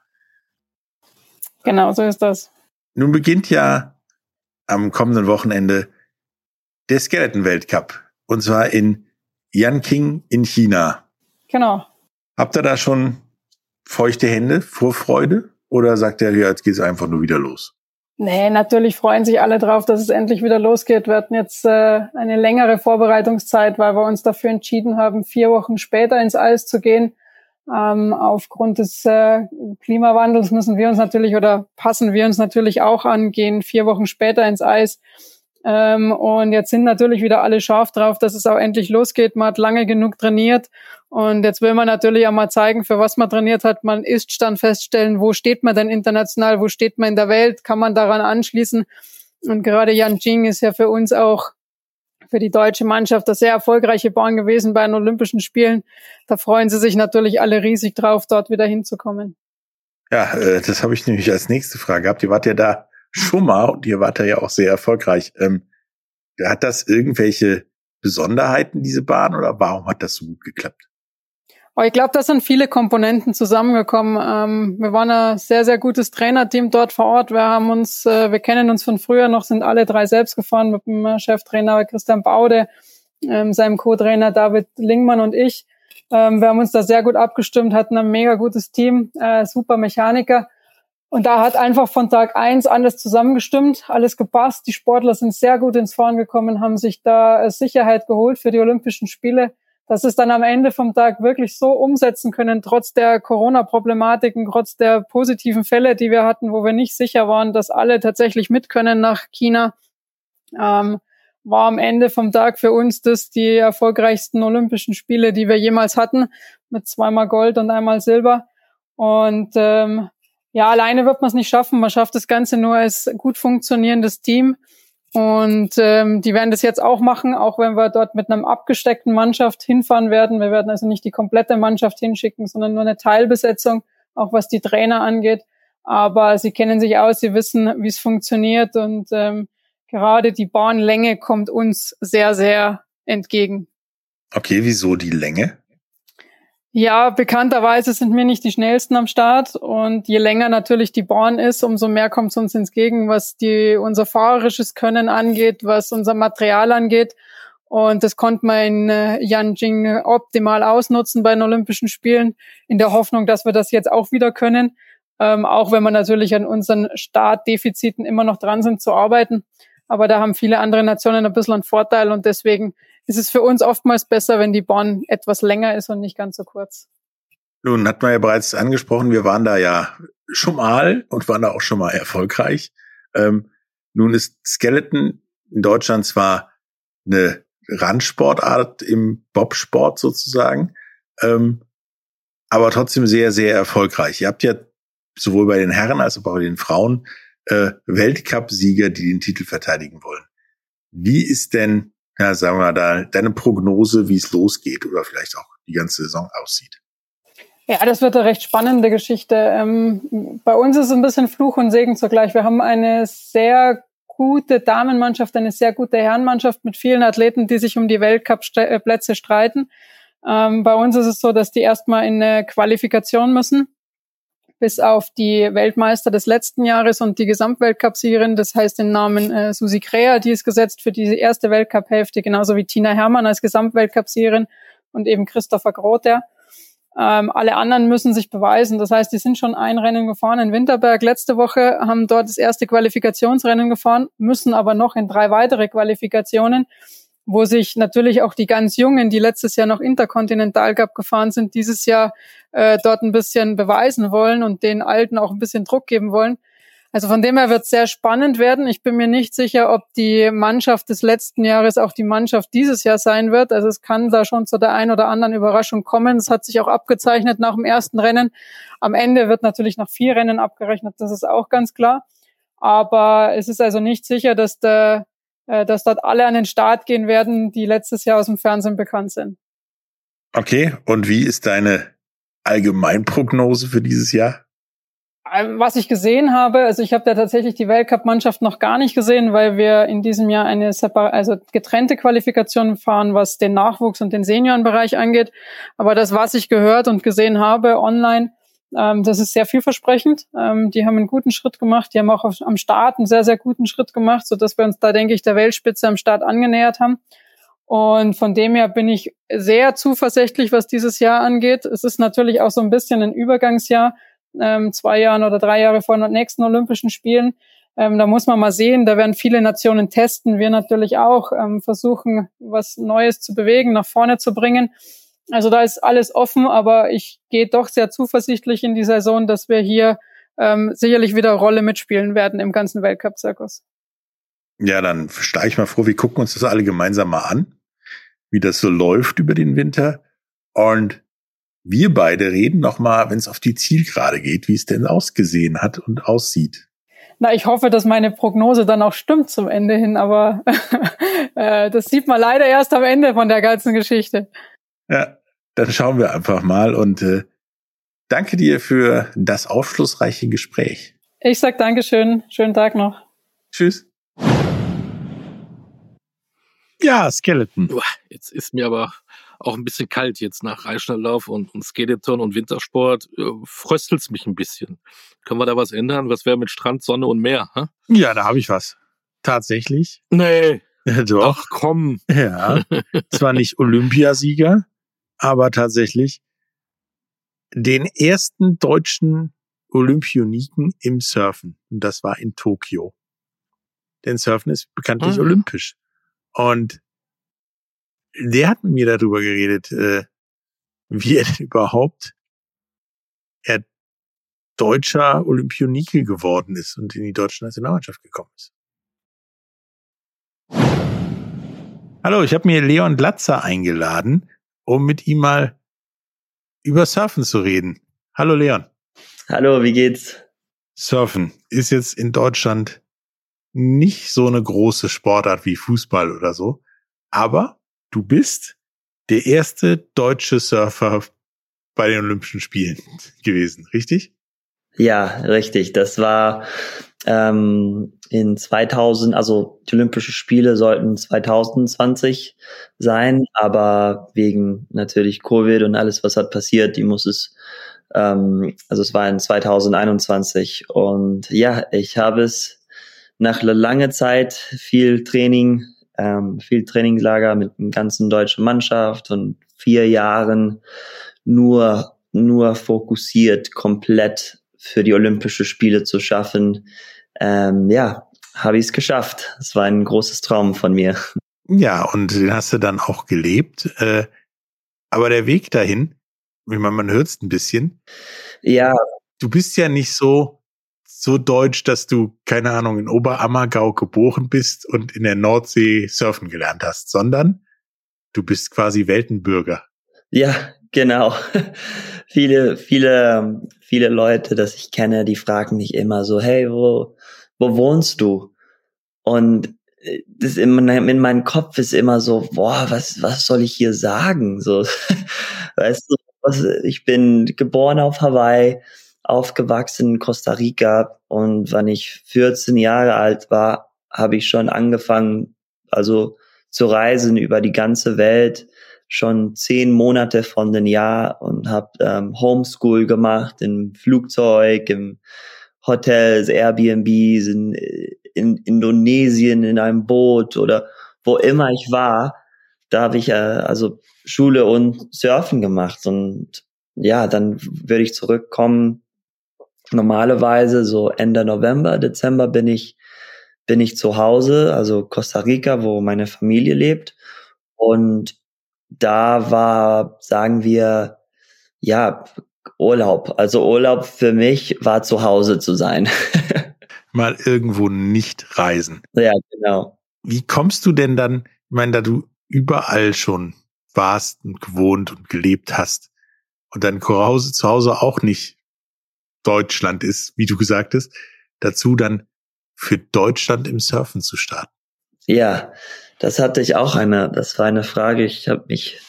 Genau, so ist das. Nun beginnt ja am kommenden Wochenende der Skeleton-Weltcup. Und zwar in Yanqing in China. Genau. Habt ihr da schon feuchte Hände, Vorfreude? Oder sagt ihr, ja, jetzt geht's einfach nur wieder los? Nee, natürlich freuen sich alle drauf, dass es endlich wieder losgeht. Wir hatten jetzt äh, eine längere Vorbereitungszeit, weil wir uns dafür entschieden haben, vier Wochen später ins Eis zu gehen. Ähm, aufgrund des äh, Klimawandels müssen wir uns natürlich oder passen wir uns natürlich auch an, gehen vier Wochen später ins Eis. Ähm, und jetzt sind natürlich wieder alle scharf drauf, dass es auch endlich losgeht. Man hat lange genug trainiert und jetzt will man natürlich auch mal zeigen, für was man trainiert hat. Man ist dann feststellen, wo steht man denn international, wo steht man in der Welt, kann man daran anschließen. Und gerade Yanqing ist ja für uns auch, für die deutsche Mannschaft, eine sehr erfolgreiche Bahn gewesen bei den Olympischen Spielen. Da freuen sie sich natürlich alle riesig drauf, dort wieder hinzukommen. Ja, äh, das habe ich nämlich als nächste Frage gehabt. Ihr wart ja da schon mal und ihr wart da ja auch sehr erfolgreich. Ähm, hat das irgendwelche Besonderheiten, diese Bahn, oder warum hat das so gut geklappt? Aber ich glaube, da sind viele Komponenten zusammengekommen. Ähm, wir waren ein sehr, sehr gutes Trainerteam dort vor Ort. Wir haben uns, äh, wir kennen uns von früher noch, sind alle drei selbst gefahren mit dem Cheftrainer Christian Baude, ähm, seinem Co-Trainer David Lingmann und ich. Ähm, wir haben uns da sehr gut abgestimmt, hatten ein mega gutes Team, äh, super Mechaniker. Und da hat einfach von Tag eins alles zusammengestimmt, alles gepasst. Die Sportler sind sehr gut ins Fahren gekommen, haben sich da Sicherheit geholt für die Olympischen Spiele, dass es dann am Ende vom Tag wirklich so umsetzen können, trotz der Corona-Problematiken, trotz der positiven Fälle, die wir hatten, wo wir nicht sicher waren, dass alle tatsächlich mit können nach China, ähm, war am Ende vom Tag für uns das die erfolgreichsten Olympischen Spiele, die wir jemals hatten, mit zweimal Gold und einmal Silber. Und ähm, ja, alleine wird man es nicht schaffen. Man schafft das Ganze nur als gut funktionierendes Team. Und ähm, die werden das jetzt auch machen, auch wenn wir dort mit einer abgesteckten Mannschaft hinfahren werden. Wir werden also nicht die komplette Mannschaft hinschicken, sondern nur eine Teilbesetzung, auch was die Trainer angeht. Aber sie kennen sich aus, sie wissen, wie es funktioniert. Und ähm, gerade die Bahnlänge kommt uns sehr, sehr entgegen. Okay, wieso die Länge? Ja, bekannterweise sind wir nicht die schnellsten am Start und je länger natürlich die Bahn ist, umso mehr kommt es uns entgegen, was die unser fahrerisches Können angeht, was unser Material angeht. Und das konnte man in äh, Yanqing optimal ausnutzen bei den Olympischen Spielen, in der Hoffnung, dass wir das jetzt auch wieder können, ähm, auch wenn wir natürlich an unseren Startdefiziten immer noch dran sind zu arbeiten. Aber da haben viele andere Nationen ein bisschen einen Vorteil und deswegen ist es für uns oftmals besser, wenn die Bahn etwas länger ist und nicht ganz so kurz. Nun, hat man ja bereits angesprochen, wir waren da ja schon mal und waren da auch schon mal erfolgreich. Ähm, Nun ist Skeleton in Deutschland zwar eine Randsportart im Bobsport sozusagen, ähm, aber trotzdem sehr, sehr erfolgreich. Ihr habt ja sowohl bei den Herren als auch bei den Frauen äh, Weltcup-Sieger, die den Titel verteidigen wollen. Wie ist denn, ja, sagen wir mal, da deine Prognose, wie es losgeht oder vielleicht auch die ganze Saison aussieht? Ja, das wird eine recht spannende Geschichte. Ähm, bei uns ist es ein bisschen Fluch und Segen zugleich. Wir haben eine sehr gute Damenmannschaft, eine sehr gute Herrenmannschaft mit vielen Athleten, die sich um die Weltcup-Plätze streiten. Ähm, bei uns ist es so, dass die erstmal in eine Qualifikation müssen, bis auf die Weltmeister des letzten Jahres und die Gesamtweltcup-Siegerin, das heißt den Namen äh, Susi Krea, die ist gesetzt für die erste Weltcup-Hälfte, genauso wie Tina Hermann als Gesamtweltcup-Siegerin und eben Christopher Groth. Ähm, alle anderen müssen sich beweisen. Das heißt, die sind schon ein Rennen gefahren in Winterberg letzte Woche, haben dort das erste Qualifikationsrennen gefahren, müssen aber noch in drei weitere Qualifikationen, wo sich natürlich auch die ganz Jungen, die letztes Jahr noch Intercontinental Cup gefahren sind, dieses Jahr äh, dort ein bisschen beweisen wollen und den Alten auch ein bisschen Druck geben wollen. Also von dem her wird es sehr spannend werden. Ich bin mir nicht sicher, ob die Mannschaft des letzten Jahres auch die Mannschaft dieses Jahr sein wird. Also es kann da schon zu der einen oder anderen Überraschung kommen. Es hat sich auch abgezeichnet nach dem ersten Rennen. Am Ende wird natürlich noch vier Rennen abgerechnet, das ist auch ganz klar. Aber es ist also nicht sicher, dass der dass dort alle an den Start gehen werden, die letztes Jahr aus dem Fernsehen bekannt sind. Okay, und wie ist deine Allgemeinprognose für dieses Jahr? Was ich gesehen habe, also ich habe da tatsächlich die Weltcup-Mannschaft noch gar nicht gesehen, weil wir in diesem Jahr eine separ- also getrennte Qualifikation fahren, was den Nachwuchs- und den Seniorenbereich angeht. Aber das, was ich gehört und gesehen habe online, ähm, das ist sehr vielversprechend. Ähm, die haben einen guten Schritt gemacht. Die haben auch auf, am Start einen sehr, sehr guten Schritt gemacht, sodass wir uns da, denke ich, der Weltspitze am Start angenähert haben. Und von dem her bin ich sehr zuversichtlich, was dieses Jahr angeht. Es ist natürlich auch so ein bisschen ein Übergangsjahr, ähm, zwei Jahre oder drei Jahre vor den nächsten Olympischen Spielen. Ähm, da muss man mal sehen, da werden viele Nationen testen. Wir natürlich auch ähm, versuchen, was Neues zu bewegen, nach vorne zu bringen. Also da ist alles offen, aber ich gehe doch sehr zuversichtlich in die Saison, dass wir hier ähm, sicherlich wieder eine Rolle mitspielen werden im ganzen Weltcup-Zirkus. Ja, dann schlage ich mal vor, wir gucken uns das alle gemeinsam mal an, wie das so läuft über den Winter. Und wir beide reden nochmal, wenn es auf die Zielgerade geht, wie es denn ausgesehen hat und aussieht. Na, ich hoffe, dass meine Prognose dann auch stimmt zum Ende hin, aber äh, das sieht man leider erst am Ende von der ganzen Geschichte. Ja, dann schauen wir einfach mal und äh, danke dir für das aufschlussreiche Gespräch. Ich sag Dankeschön. Schönen Tag noch. Tschüss. Ja, Skeleton. Jetzt ist mir aber auch ein bisschen kalt jetzt nach Eisschnelllauf und, und Skeleton und Wintersport. Fröstelt's mich ein bisschen. Können wir da was ändern? Was wäre mit Strand, Sonne und Meer? Hä? Ja, da habe ich was. Tatsächlich. Nee. Doch. Ach komm. Ja, zwar nicht Olympiasieger, aber tatsächlich den ersten deutschen Olympioniken im Surfen. Und das war in Tokio. Denn Surfen ist bekanntlich ah. olympisch. Und der hat mit mir darüber geredet, äh, wie er denn überhaupt er deutscher Olympionike geworden ist und in die deutsche Nationalmannschaft gekommen ist. Hallo, ich habe mir Leon Glatzer eingeladen, um mit ihm mal über Surfen zu reden. Hallo Leon. Hallo, wie geht's? Surfen ist jetzt in Deutschland nicht so eine große Sportart wie Fußball oder so, aber du bist der erste deutsche Surfer bei den Olympischen Spielen gewesen, richtig? Ja, richtig. Das war ähm, in zweitausend, also die Olympischen Spiele sollten zwanzig zwanzig sein, aber wegen natürlich Covid und alles, was hat passiert, die muss es, ähm, also es war in zwanzig einundzwanzig und ja, ich habe es nach langer Zeit viel Training, ähm, viel Trainingslager mit der ganzen deutschen Mannschaft und vier Jahren nur, nur fokussiert, komplett für die Olympischen Spiele zu schaffen. Ähm, ja, habe ich es geschafft. Es war ein großes Traum von mir. Ja, und den hast du dann auch gelebt. Äh, aber der Weg dahin, ich meine, man hört es ein bisschen. Ja. Du bist ja nicht so so deutsch, dass du, keine Ahnung, in Oberammergau geboren bist und in der Nordsee surfen gelernt hast, sondern du bist quasi Weltenbürger. Ja, genau. viele, viele, viele Leute, das ich kenne, die fragen mich immer so, hey, wo, wo wohnst du? Und das in, in meinem Kopf ist immer so, boah, was, was soll ich hier sagen? So, weißt du, was, ich bin geboren auf Hawaii, aufgewachsen in Costa Rica, und wenn ich vierzehn Jahre alt war, habe ich schon angefangen, also zu reisen über die ganze Welt, schon zehn Monate von den Jahr, und habe ähm, Homeschool gemacht im Flugzeug, im Hotels, Airbnbs, in, in Indonesien in einem Boot oder wo immer ich war. Da habe ich äh, also Schule und Surfen gemacht, und ja, dann würde ich zurückkommen. Normalerweise so Ende November, Dezember bin ich bin ich zu Hause, also Costa Rica, wo meine Familie lebt, und da war, sagen wir, ja, Urlaub. Also Urlaub für mich war zu Hause zu sein. Mal irgendwo nicht reisen. Ja, genau. Wie kommst du denn dann, ich meine, da du überall schon warst und gewohnt und gelebt hast und dein Zuhause, zu Hause auch nicht Deutschland ist, wie du gesagt hast, dazu dann für Deutschland im Surfen zu starten? Ja, das hatte ich auch eine, das war eine Frage, ich habe mich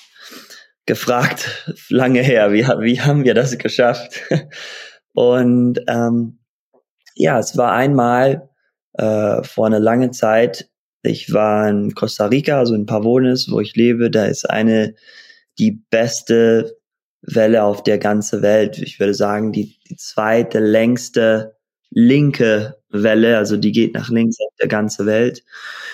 gefragt, lange her, wie, wie haben wir das geschafft? Und ähm, ja, es war einmal äh, vor einer langen Zeit, ich war in Costa Rica, also in Pavones, wo ich lebe, da ist eine, die beste Welle auf der ganzen Welt. Ich würde sagen, die, die zweite längste linke Welle, also die geht nach links auf der ganzen Welt.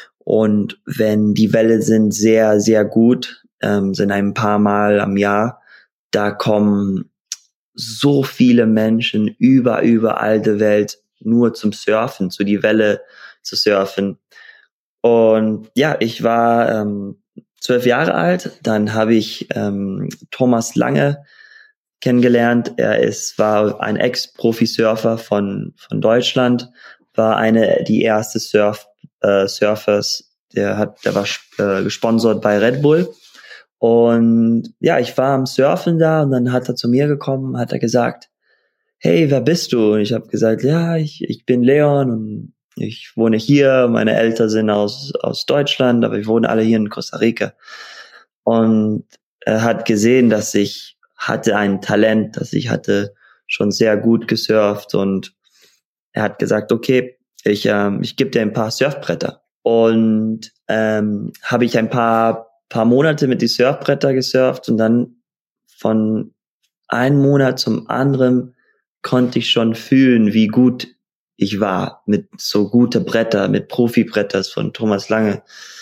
Und wenn die Welle sind sehr, sehr gut, ähm, sind ein paar Mal am Jahr, da kommen so viele Menschen über, überall der Welt nur zum Surfen, zu die Welle zu surfen. Und ja, ich war ähm, zwölf Jahre alt, dann habe ich ähm, Thomas Lange kennengelernt. Er ist, war ein Ex-Profi-Surfer von, von Deutschland, war eine, die erste Surf, äh, Surfers, der hat, der war äh, gesponsert bei Red Bull. Und ja, ich war am Surfen da, und dann hat er zu mir gekommen, hat er gesagt, hey, wer bist du? Und ich habe gesagt, ja, ich, ich bin Leon und ich wohne hier, meine Eltern sind aus, aus Deutschland, aber wir wohnen alle hier in Costa Rica. Und er hat gesehen, dass ich hatte ein Talent, dass ich hatte schon sehr gut gesurft, und er hat gesagt, okay, ich, ähm, ich gebe dir ein paar Surfbretter. Und ähm, habe ich ein paar, paar Monate mit die Surfbretter gesurft, und dann von einem Monat zum anderen konnte ich schon fühlen, wie gut ich war mit so gute Bretter, mit Profi-Bretters von Thomas Lange.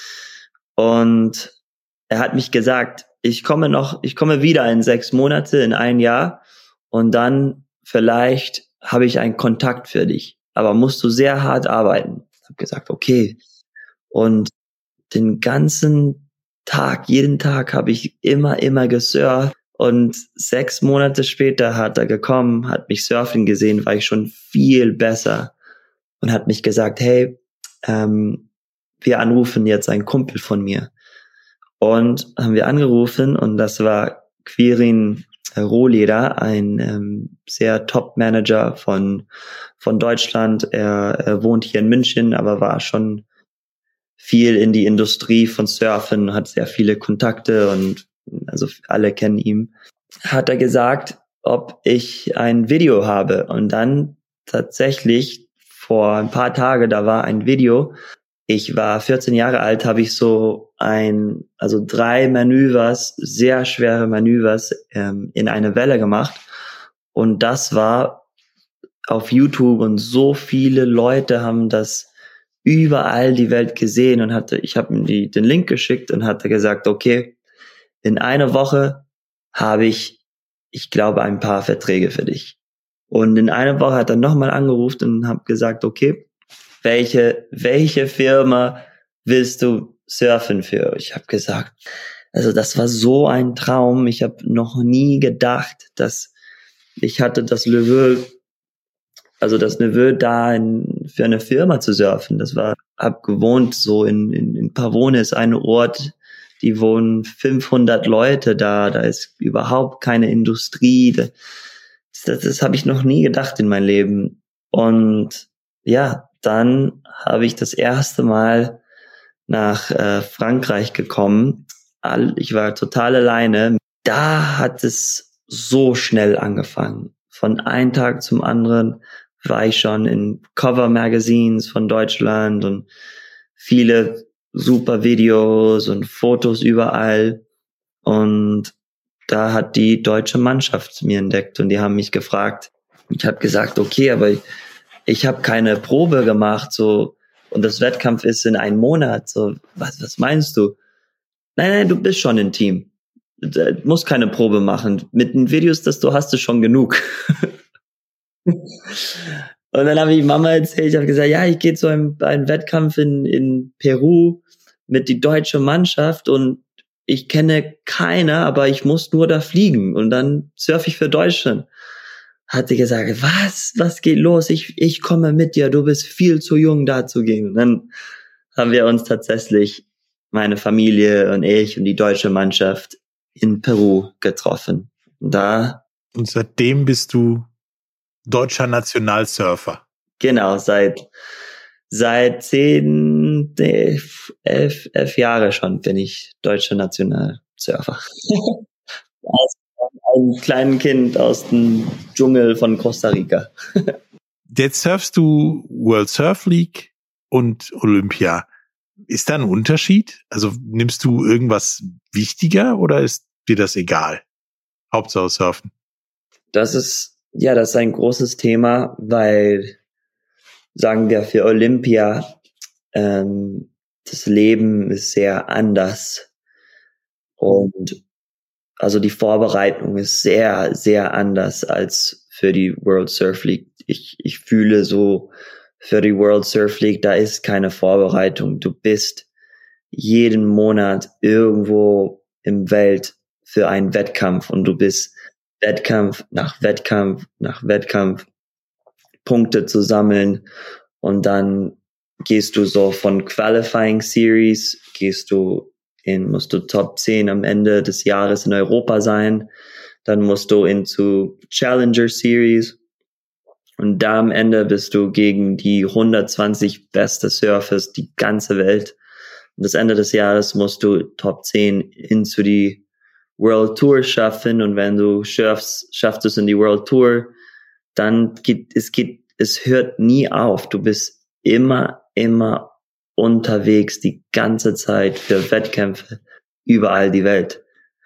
Und er hat mich gesagt, ich komme noch, ich komme wieder in sechs Monate, in ein Jahr, und dann vielleicht habe ich einen Kontakt für dich. Aber musst du sehr hart arbeiten. Ich habe gesagt, okay. Und den ganzen Tag, jeden Tag habe ich immer, immer gesurft. Und sechs Monate später hat er gekommen, hat mich surfen gesehen, war ich schon viel besser, und hat mich gesagt, hey, ähm, wir anrufen jetzt einen Kumpel von mir. Und haben wir angerufen, und das war Quirin Rohleder, ein ähm, sehr Top-Manager von von Deutschland. Er, er wohnt hier in München, aber war schon viel in die Industrie von Surfen, hat sehr viele Kontakte, und also alle kennen ihn. Hat er gesagt, ob ich ein Video habe, und dann tatsächlich vor ein paar Tagen, da war ein Video. Ich war vierzehn Jahre alt, habe ich so ein, also drei Manövers, sehr schwere Manövers ähm, in eine Welle gemacht, und das war auf YouTube, und so viele Leute haben das überall die Welt gesehen, und hatte, ich habe ihm die, den Link geschickt und hatte gesagt, okay, in einer Woche habe ich, ich glaube, ein paar Verträge für dich. Und in einer Woche hat er nochmal angerufen und habe gesagt, okay, welche, welche Firma willst du surfen für? Ich habe gesagt, also das war so ein Traum. Ich habe noch nie gedacht, dass ich hatte das Level also das Neveu da in, für eine Firma zu surfen. Das war, hab gewohnt so in, in, in Pavone ist ein Ort, die wohnen fünfhundert Leute da, da ist überhaupt keine Industrie. Das, das, das habe ich noch nie gedacht in meinem Leben. Und ja, dann habe ich das erste Mal nach äh, Frankreich gekommen. Ich war total alleine. Da hat es so schnell angefangen. Von einem Tag zum anderen war ich schon in Cover-Magazines von Deutschland und viele super Videos und Fotos überall. Und da hat die deutsche Mannschaft mir entdeckt und die haben mich gefragt. Ich habe gesagt, okay, aber ich, ich habe keine Probe gemacht, so, und das Wettkampf ist in einem Monat. So, was, was meinst du? Nein, nein, du bist schon im Team. Du musst keine Probe machen. Mit den Videos, das du hast, ist schon genug. Und dann habe ich Mama erzählt, ich habe gesagt, ja, ich gehe zu einem, einem Wettkampf in, in Peru mit die deutsche Mannschaft und ich kenne keiner, aber ich muss nur da fliegen und dann surfe ich für Deutschland. Hat sie gesagt, was, was geht los? Ich, ich komme mit dir, du bist viel zu jung, da zu gehen. Und dann haben wir uns tatsächlich, meine Familie und ich und die deutsche Mannschaft in Peru getroffen. Und da. Und seitdem bist du deutscher Nationalsurfer. Genau, seit, seit zehn, elf, elf, elf Jahre schon bin ich deutscher Nationalsurfer. Als ein kleines Kind aus dem Dschungel von Costa Rica. Jetzt surfst du World Surf League und Olympia. Ist da ein Unterschied? Also nimmst du irgendwas wichtiger oder ist dir das egal? Hauptsache surfen. Das ist Ja, das ist ein großes Thema, weil, sagen wir, für Olympia, ähm, das Leben ist sehr anders. Und also die Vorbereitung ist sehr, sehr anders als für die World Surf League. Ich, ich fühle so, für die World Surf League, da ist keine Vorbereitung. Du bist jeden Monat irgendwo im Welt für einen Wettkampf und du bist Wettkampf nach Wettkampf nach Wettkampf Punkte zu sammeln und dann gehst du so von Qualifying Series, gehst du in, musst du Top zehn am Ende des Jahres in Europa sein, dann musst du into Challenger Series und da am Ende bist du gegen die hundertzwanzig beste Surfers die ganze Welt und das Ende des Jahres musst du Top zehn into die World Tour schaffen und wenn du schaffst, schaffst es in die World Tour, dann geht es geht es hört nie auf. Du bist immer immer unterwegs die ganze Zeit für Wettkämpfe überall die Welt.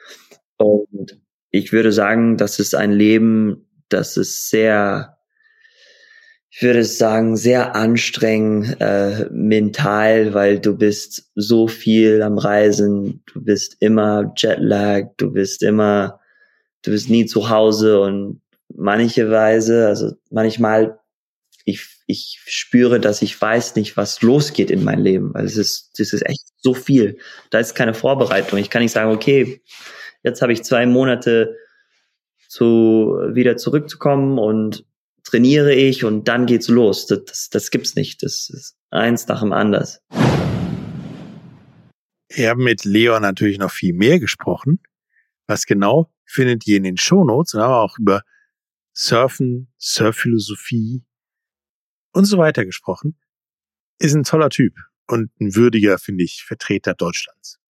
Und ich würde sagen, das ist ein Leben, das ist sehr, ich würde sagen, sehr anstrengend äh, mental, weil du bist so viel am Reisen, du bist immer Jetlag, du bist immer, du bist nie zu Hause und manche Weise, also manchmal, ich ich spüre, dass ich weiß nicht, was losgeht in meinem Leben, weil es ist, es ist echt so viel. Da ist keine Vorbereitung. Ich kann nicht sagen, okay, jetzt habe ich zwei Monate zu wieder zurückzukommen und trainiere ich und dann geht's los. Das, das, das gibt's nicht. Das ist eins nach dem anderen. Wir haben mit Leon natürlich noch viel mehr gesprochen. Was genau findet ihr in den Shownotes? Und haben auch über Surfen, Surfphilosophie und so weiter gesprochen. Ist ein toller Typ und ein würdiger, finde ich, Vertreter Deutschlands.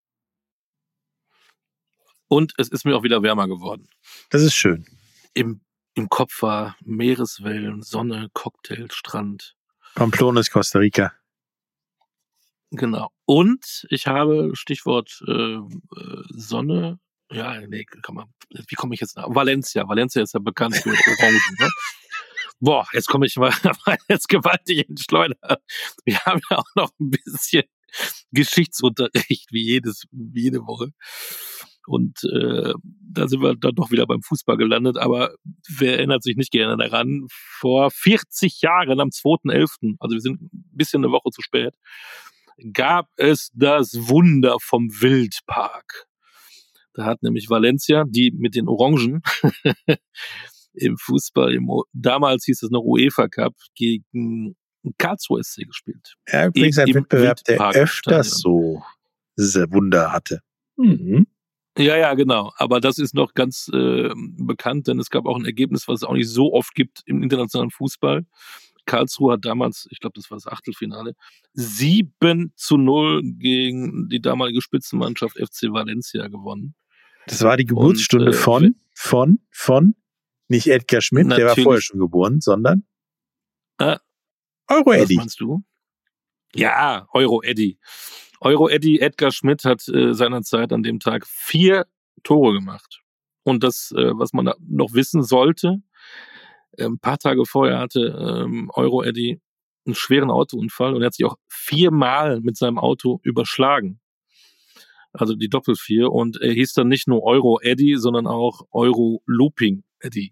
Und es ist mir auch wieder wärmer geworden. Das ist schön. Im Im Kopf war Meereswellen, Sonne, Cocktail, Strand. Pamplona ist Costa Rica. Genau. Und ich habe, Stichwort äh, Sonne, ja, nee, kann man, wie komme ich jetzt nach? Valencia. Valencia ist ja bekannt für Orangen, ne? Boah, jetzt komme ich mal jetzt gewaltig in die Schleuder. Wir haben ja auch noch ein bisschen Geschichtsunterricht, wie jedes, wie jede Woche. Und äh, da sind wir dann doch wieder beim Fußball gelandet. Aber wer erinnert sich nicht gerne daran? Vor vierzig Jahren, am zweiten elften, also wir sind ein bisschen eine Woche zu spät, gab es das Wunder vom Wildpark. Da hat nämlich Valencia, die mit den Orangen, im Fußball, im, damals hieß es noch UEFA Cup, gegen Karlsruhe S C gespielt. Ja, übrigens ein Wettbewerb, der öfters so Wunder hatte. Mhm. Ja, ja, genau. Aber das ist noch ganz äh, bekannt, denn es gab auch ein Ergebnis, was es auch nicht so oft gibt im internationalen Fußball. Karlsruhe hat damals, ich glaube, das war das Achtelfinale, sieben zu null gegen die damalige Spitzenmannschaft F C Valencia gewonnen. Das war die Geburtsstunde Und, äh, von, von, von, nicht Edgar Schmidt, der war vorher schon geboren, sondern äh, Euro Eddy. Was meinst du? Ja, Euro Eddy. Euro Eddy, Edgar Schmidt hat äh, seinerzeit an dem Tag vier Tore gemacht. Und das, äh, was man noch wissen sollte, äh, ein paar Tage vorher hatte ähm, Euro Eddy einen schweren Autounfall und er hat sich auch viermal mit seinem Auto überschlagen. Also die Doppelvier. Und er hieß dann nicht nur Euro Eddy, sondern auch Euro Looping Eddy.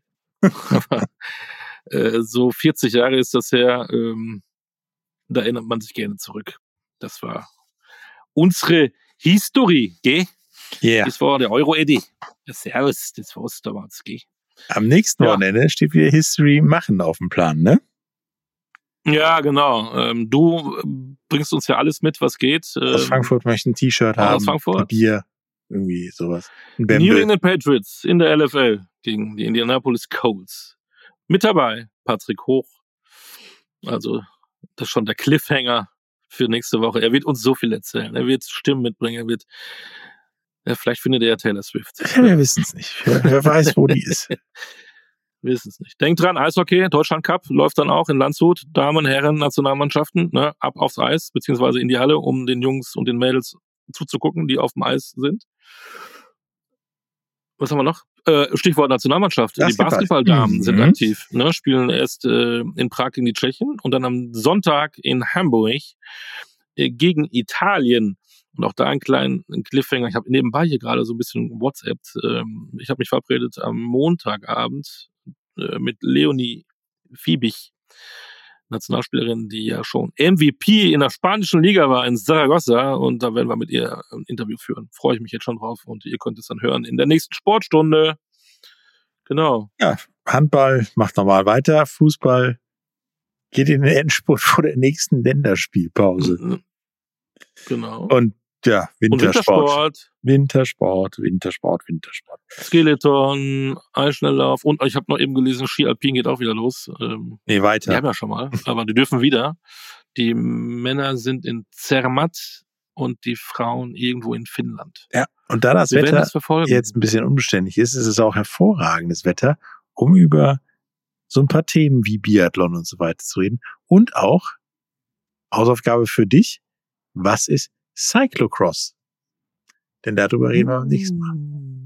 äh, so vierzig Jahre ist das her. Ähm, da erinnert man sich gerne zurück. Das war unsere History, gell? Ja. Yeah. Das war der Euro Eddy. Servus, das war's damals, gell? Am nächsten ja. Wochenende steht wieder History machen auf dem Plan, ne? Ja, genau. Ähm, du bringst uns ja alles mit, was geht. Ähm, aus Frankfurt möchte ein T-Shirt haben, aus Frankfurt. ein Bier, irgendwie sowas. Ein New England Patriots in der L F L gegen die Indianapolis Colts. Mit dabei Patrick Hoch. Also das ist schon der Cliffhanger für nächste Woche. Er wird uns so viel erzählen. Er wird Stimmen mitbringen. Er wird, ja, vielleicht findet er ja Taylor Swift. Ja, wir wissen es nicht. Wer, wer weiß, wo die ist. Wir wissen es nicht. Denkt dran, Eishockey, Deutschland Cup läuft dann auch in Landshut. Damen, Herren, Nationalmannschaften, ne, ab aufs Eis, beziehungsweise in die Halle, um den Jungs und den Mädels zuzugucken, die auf dem Eis sind. Was haben wir noch? Äh, Stichwort Nationalmannschaft. Basketball. Die Basketballdamen mhm. sind aktiv, ne, spielen erst äh, in Prag gegen die Tschechen und dann am Sonntag in Hamburg äh, gegen Italien. Und auch da einen kleinen Cliffhanger. Ich habe nebenbei hier gerade so ein bisschen WhatsApp. Ähm, ich habe mich verabredet am Montagabend äh, mit Leonie Fiebig, Nationalspielerin, die ja schon M V P in der spanischen Liga war, in Zaragoza. Und da werden wir mit ihr ein Interview führen. Freue ich mich jetzt schon drauf. Und ihr könnt es dann hören in der nächsten Sportstunde. Genau. Ja, Handball macht normal weiter. Fußball geht in den Endspurt vor der nächsten Länderspielpause. Genau. Und ja, Wintersport. Wintersport. Wintersport, Wintersport, Wintersport. Skeleton, Eisschnelllauf und ich habe noch eben gelesen, Ski Alpin geht auch wieder los. Ähm, nee, weiter. Die haben ja schon mal, aber die dürfen wieder. Die Männer sind in Zermatt und die Frauen irgendwo in Finnland. Ja, und da das Wir Wetter das jetzt ein bisschen unbeständig ist, ist es auch hervorragendes Wetter, um über so ein paar Themen wie Biathlon und so weiter zu reden. Und auch Hausaufgabe für dich, was ist Cyclocross? Denn darüber reden wir am nächsten Mal.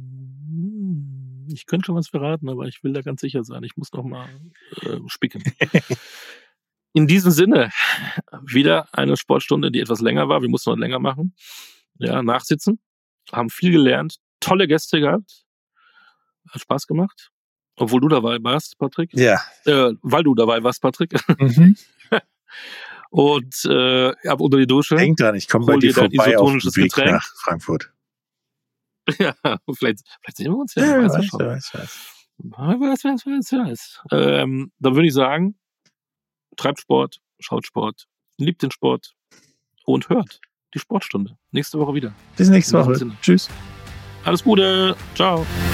Ich könnte schon was verraten, aber ich will da ganz sicher sein. Ich muss noch mal äh, spicken. In diesem Sinne, wieder eine Sportstunde, die etwas länger war. Wir mussten noch länger machen. Ja, nachsitzen. Haben viel gelernt. Tolle Gäste gehabt. Hat Spaß gemacht. Obwohl du dabei warst, Patrick. Ja. Äh, weil du dabei warst, Patrick. Mhm. Und äh, ab unter die Dusche. Denk dran, ich komme bei dir vorbei auf dem Weg Getränk. Nach Frankfurt. Ja, vielleicht, vielleicht sehen wir uns ja. Ja, weiß weiß, schon. weiß, weiß. Weiß, weiß, weiß, weiß. Ähm, dann würde ich sagen, treibt Sport, schaut Sport, liebt den Sport und hört die Sportstunde. Nächste Woche wieder. Bis nächste Woche. Tschüss. Alles Gute. Ciao.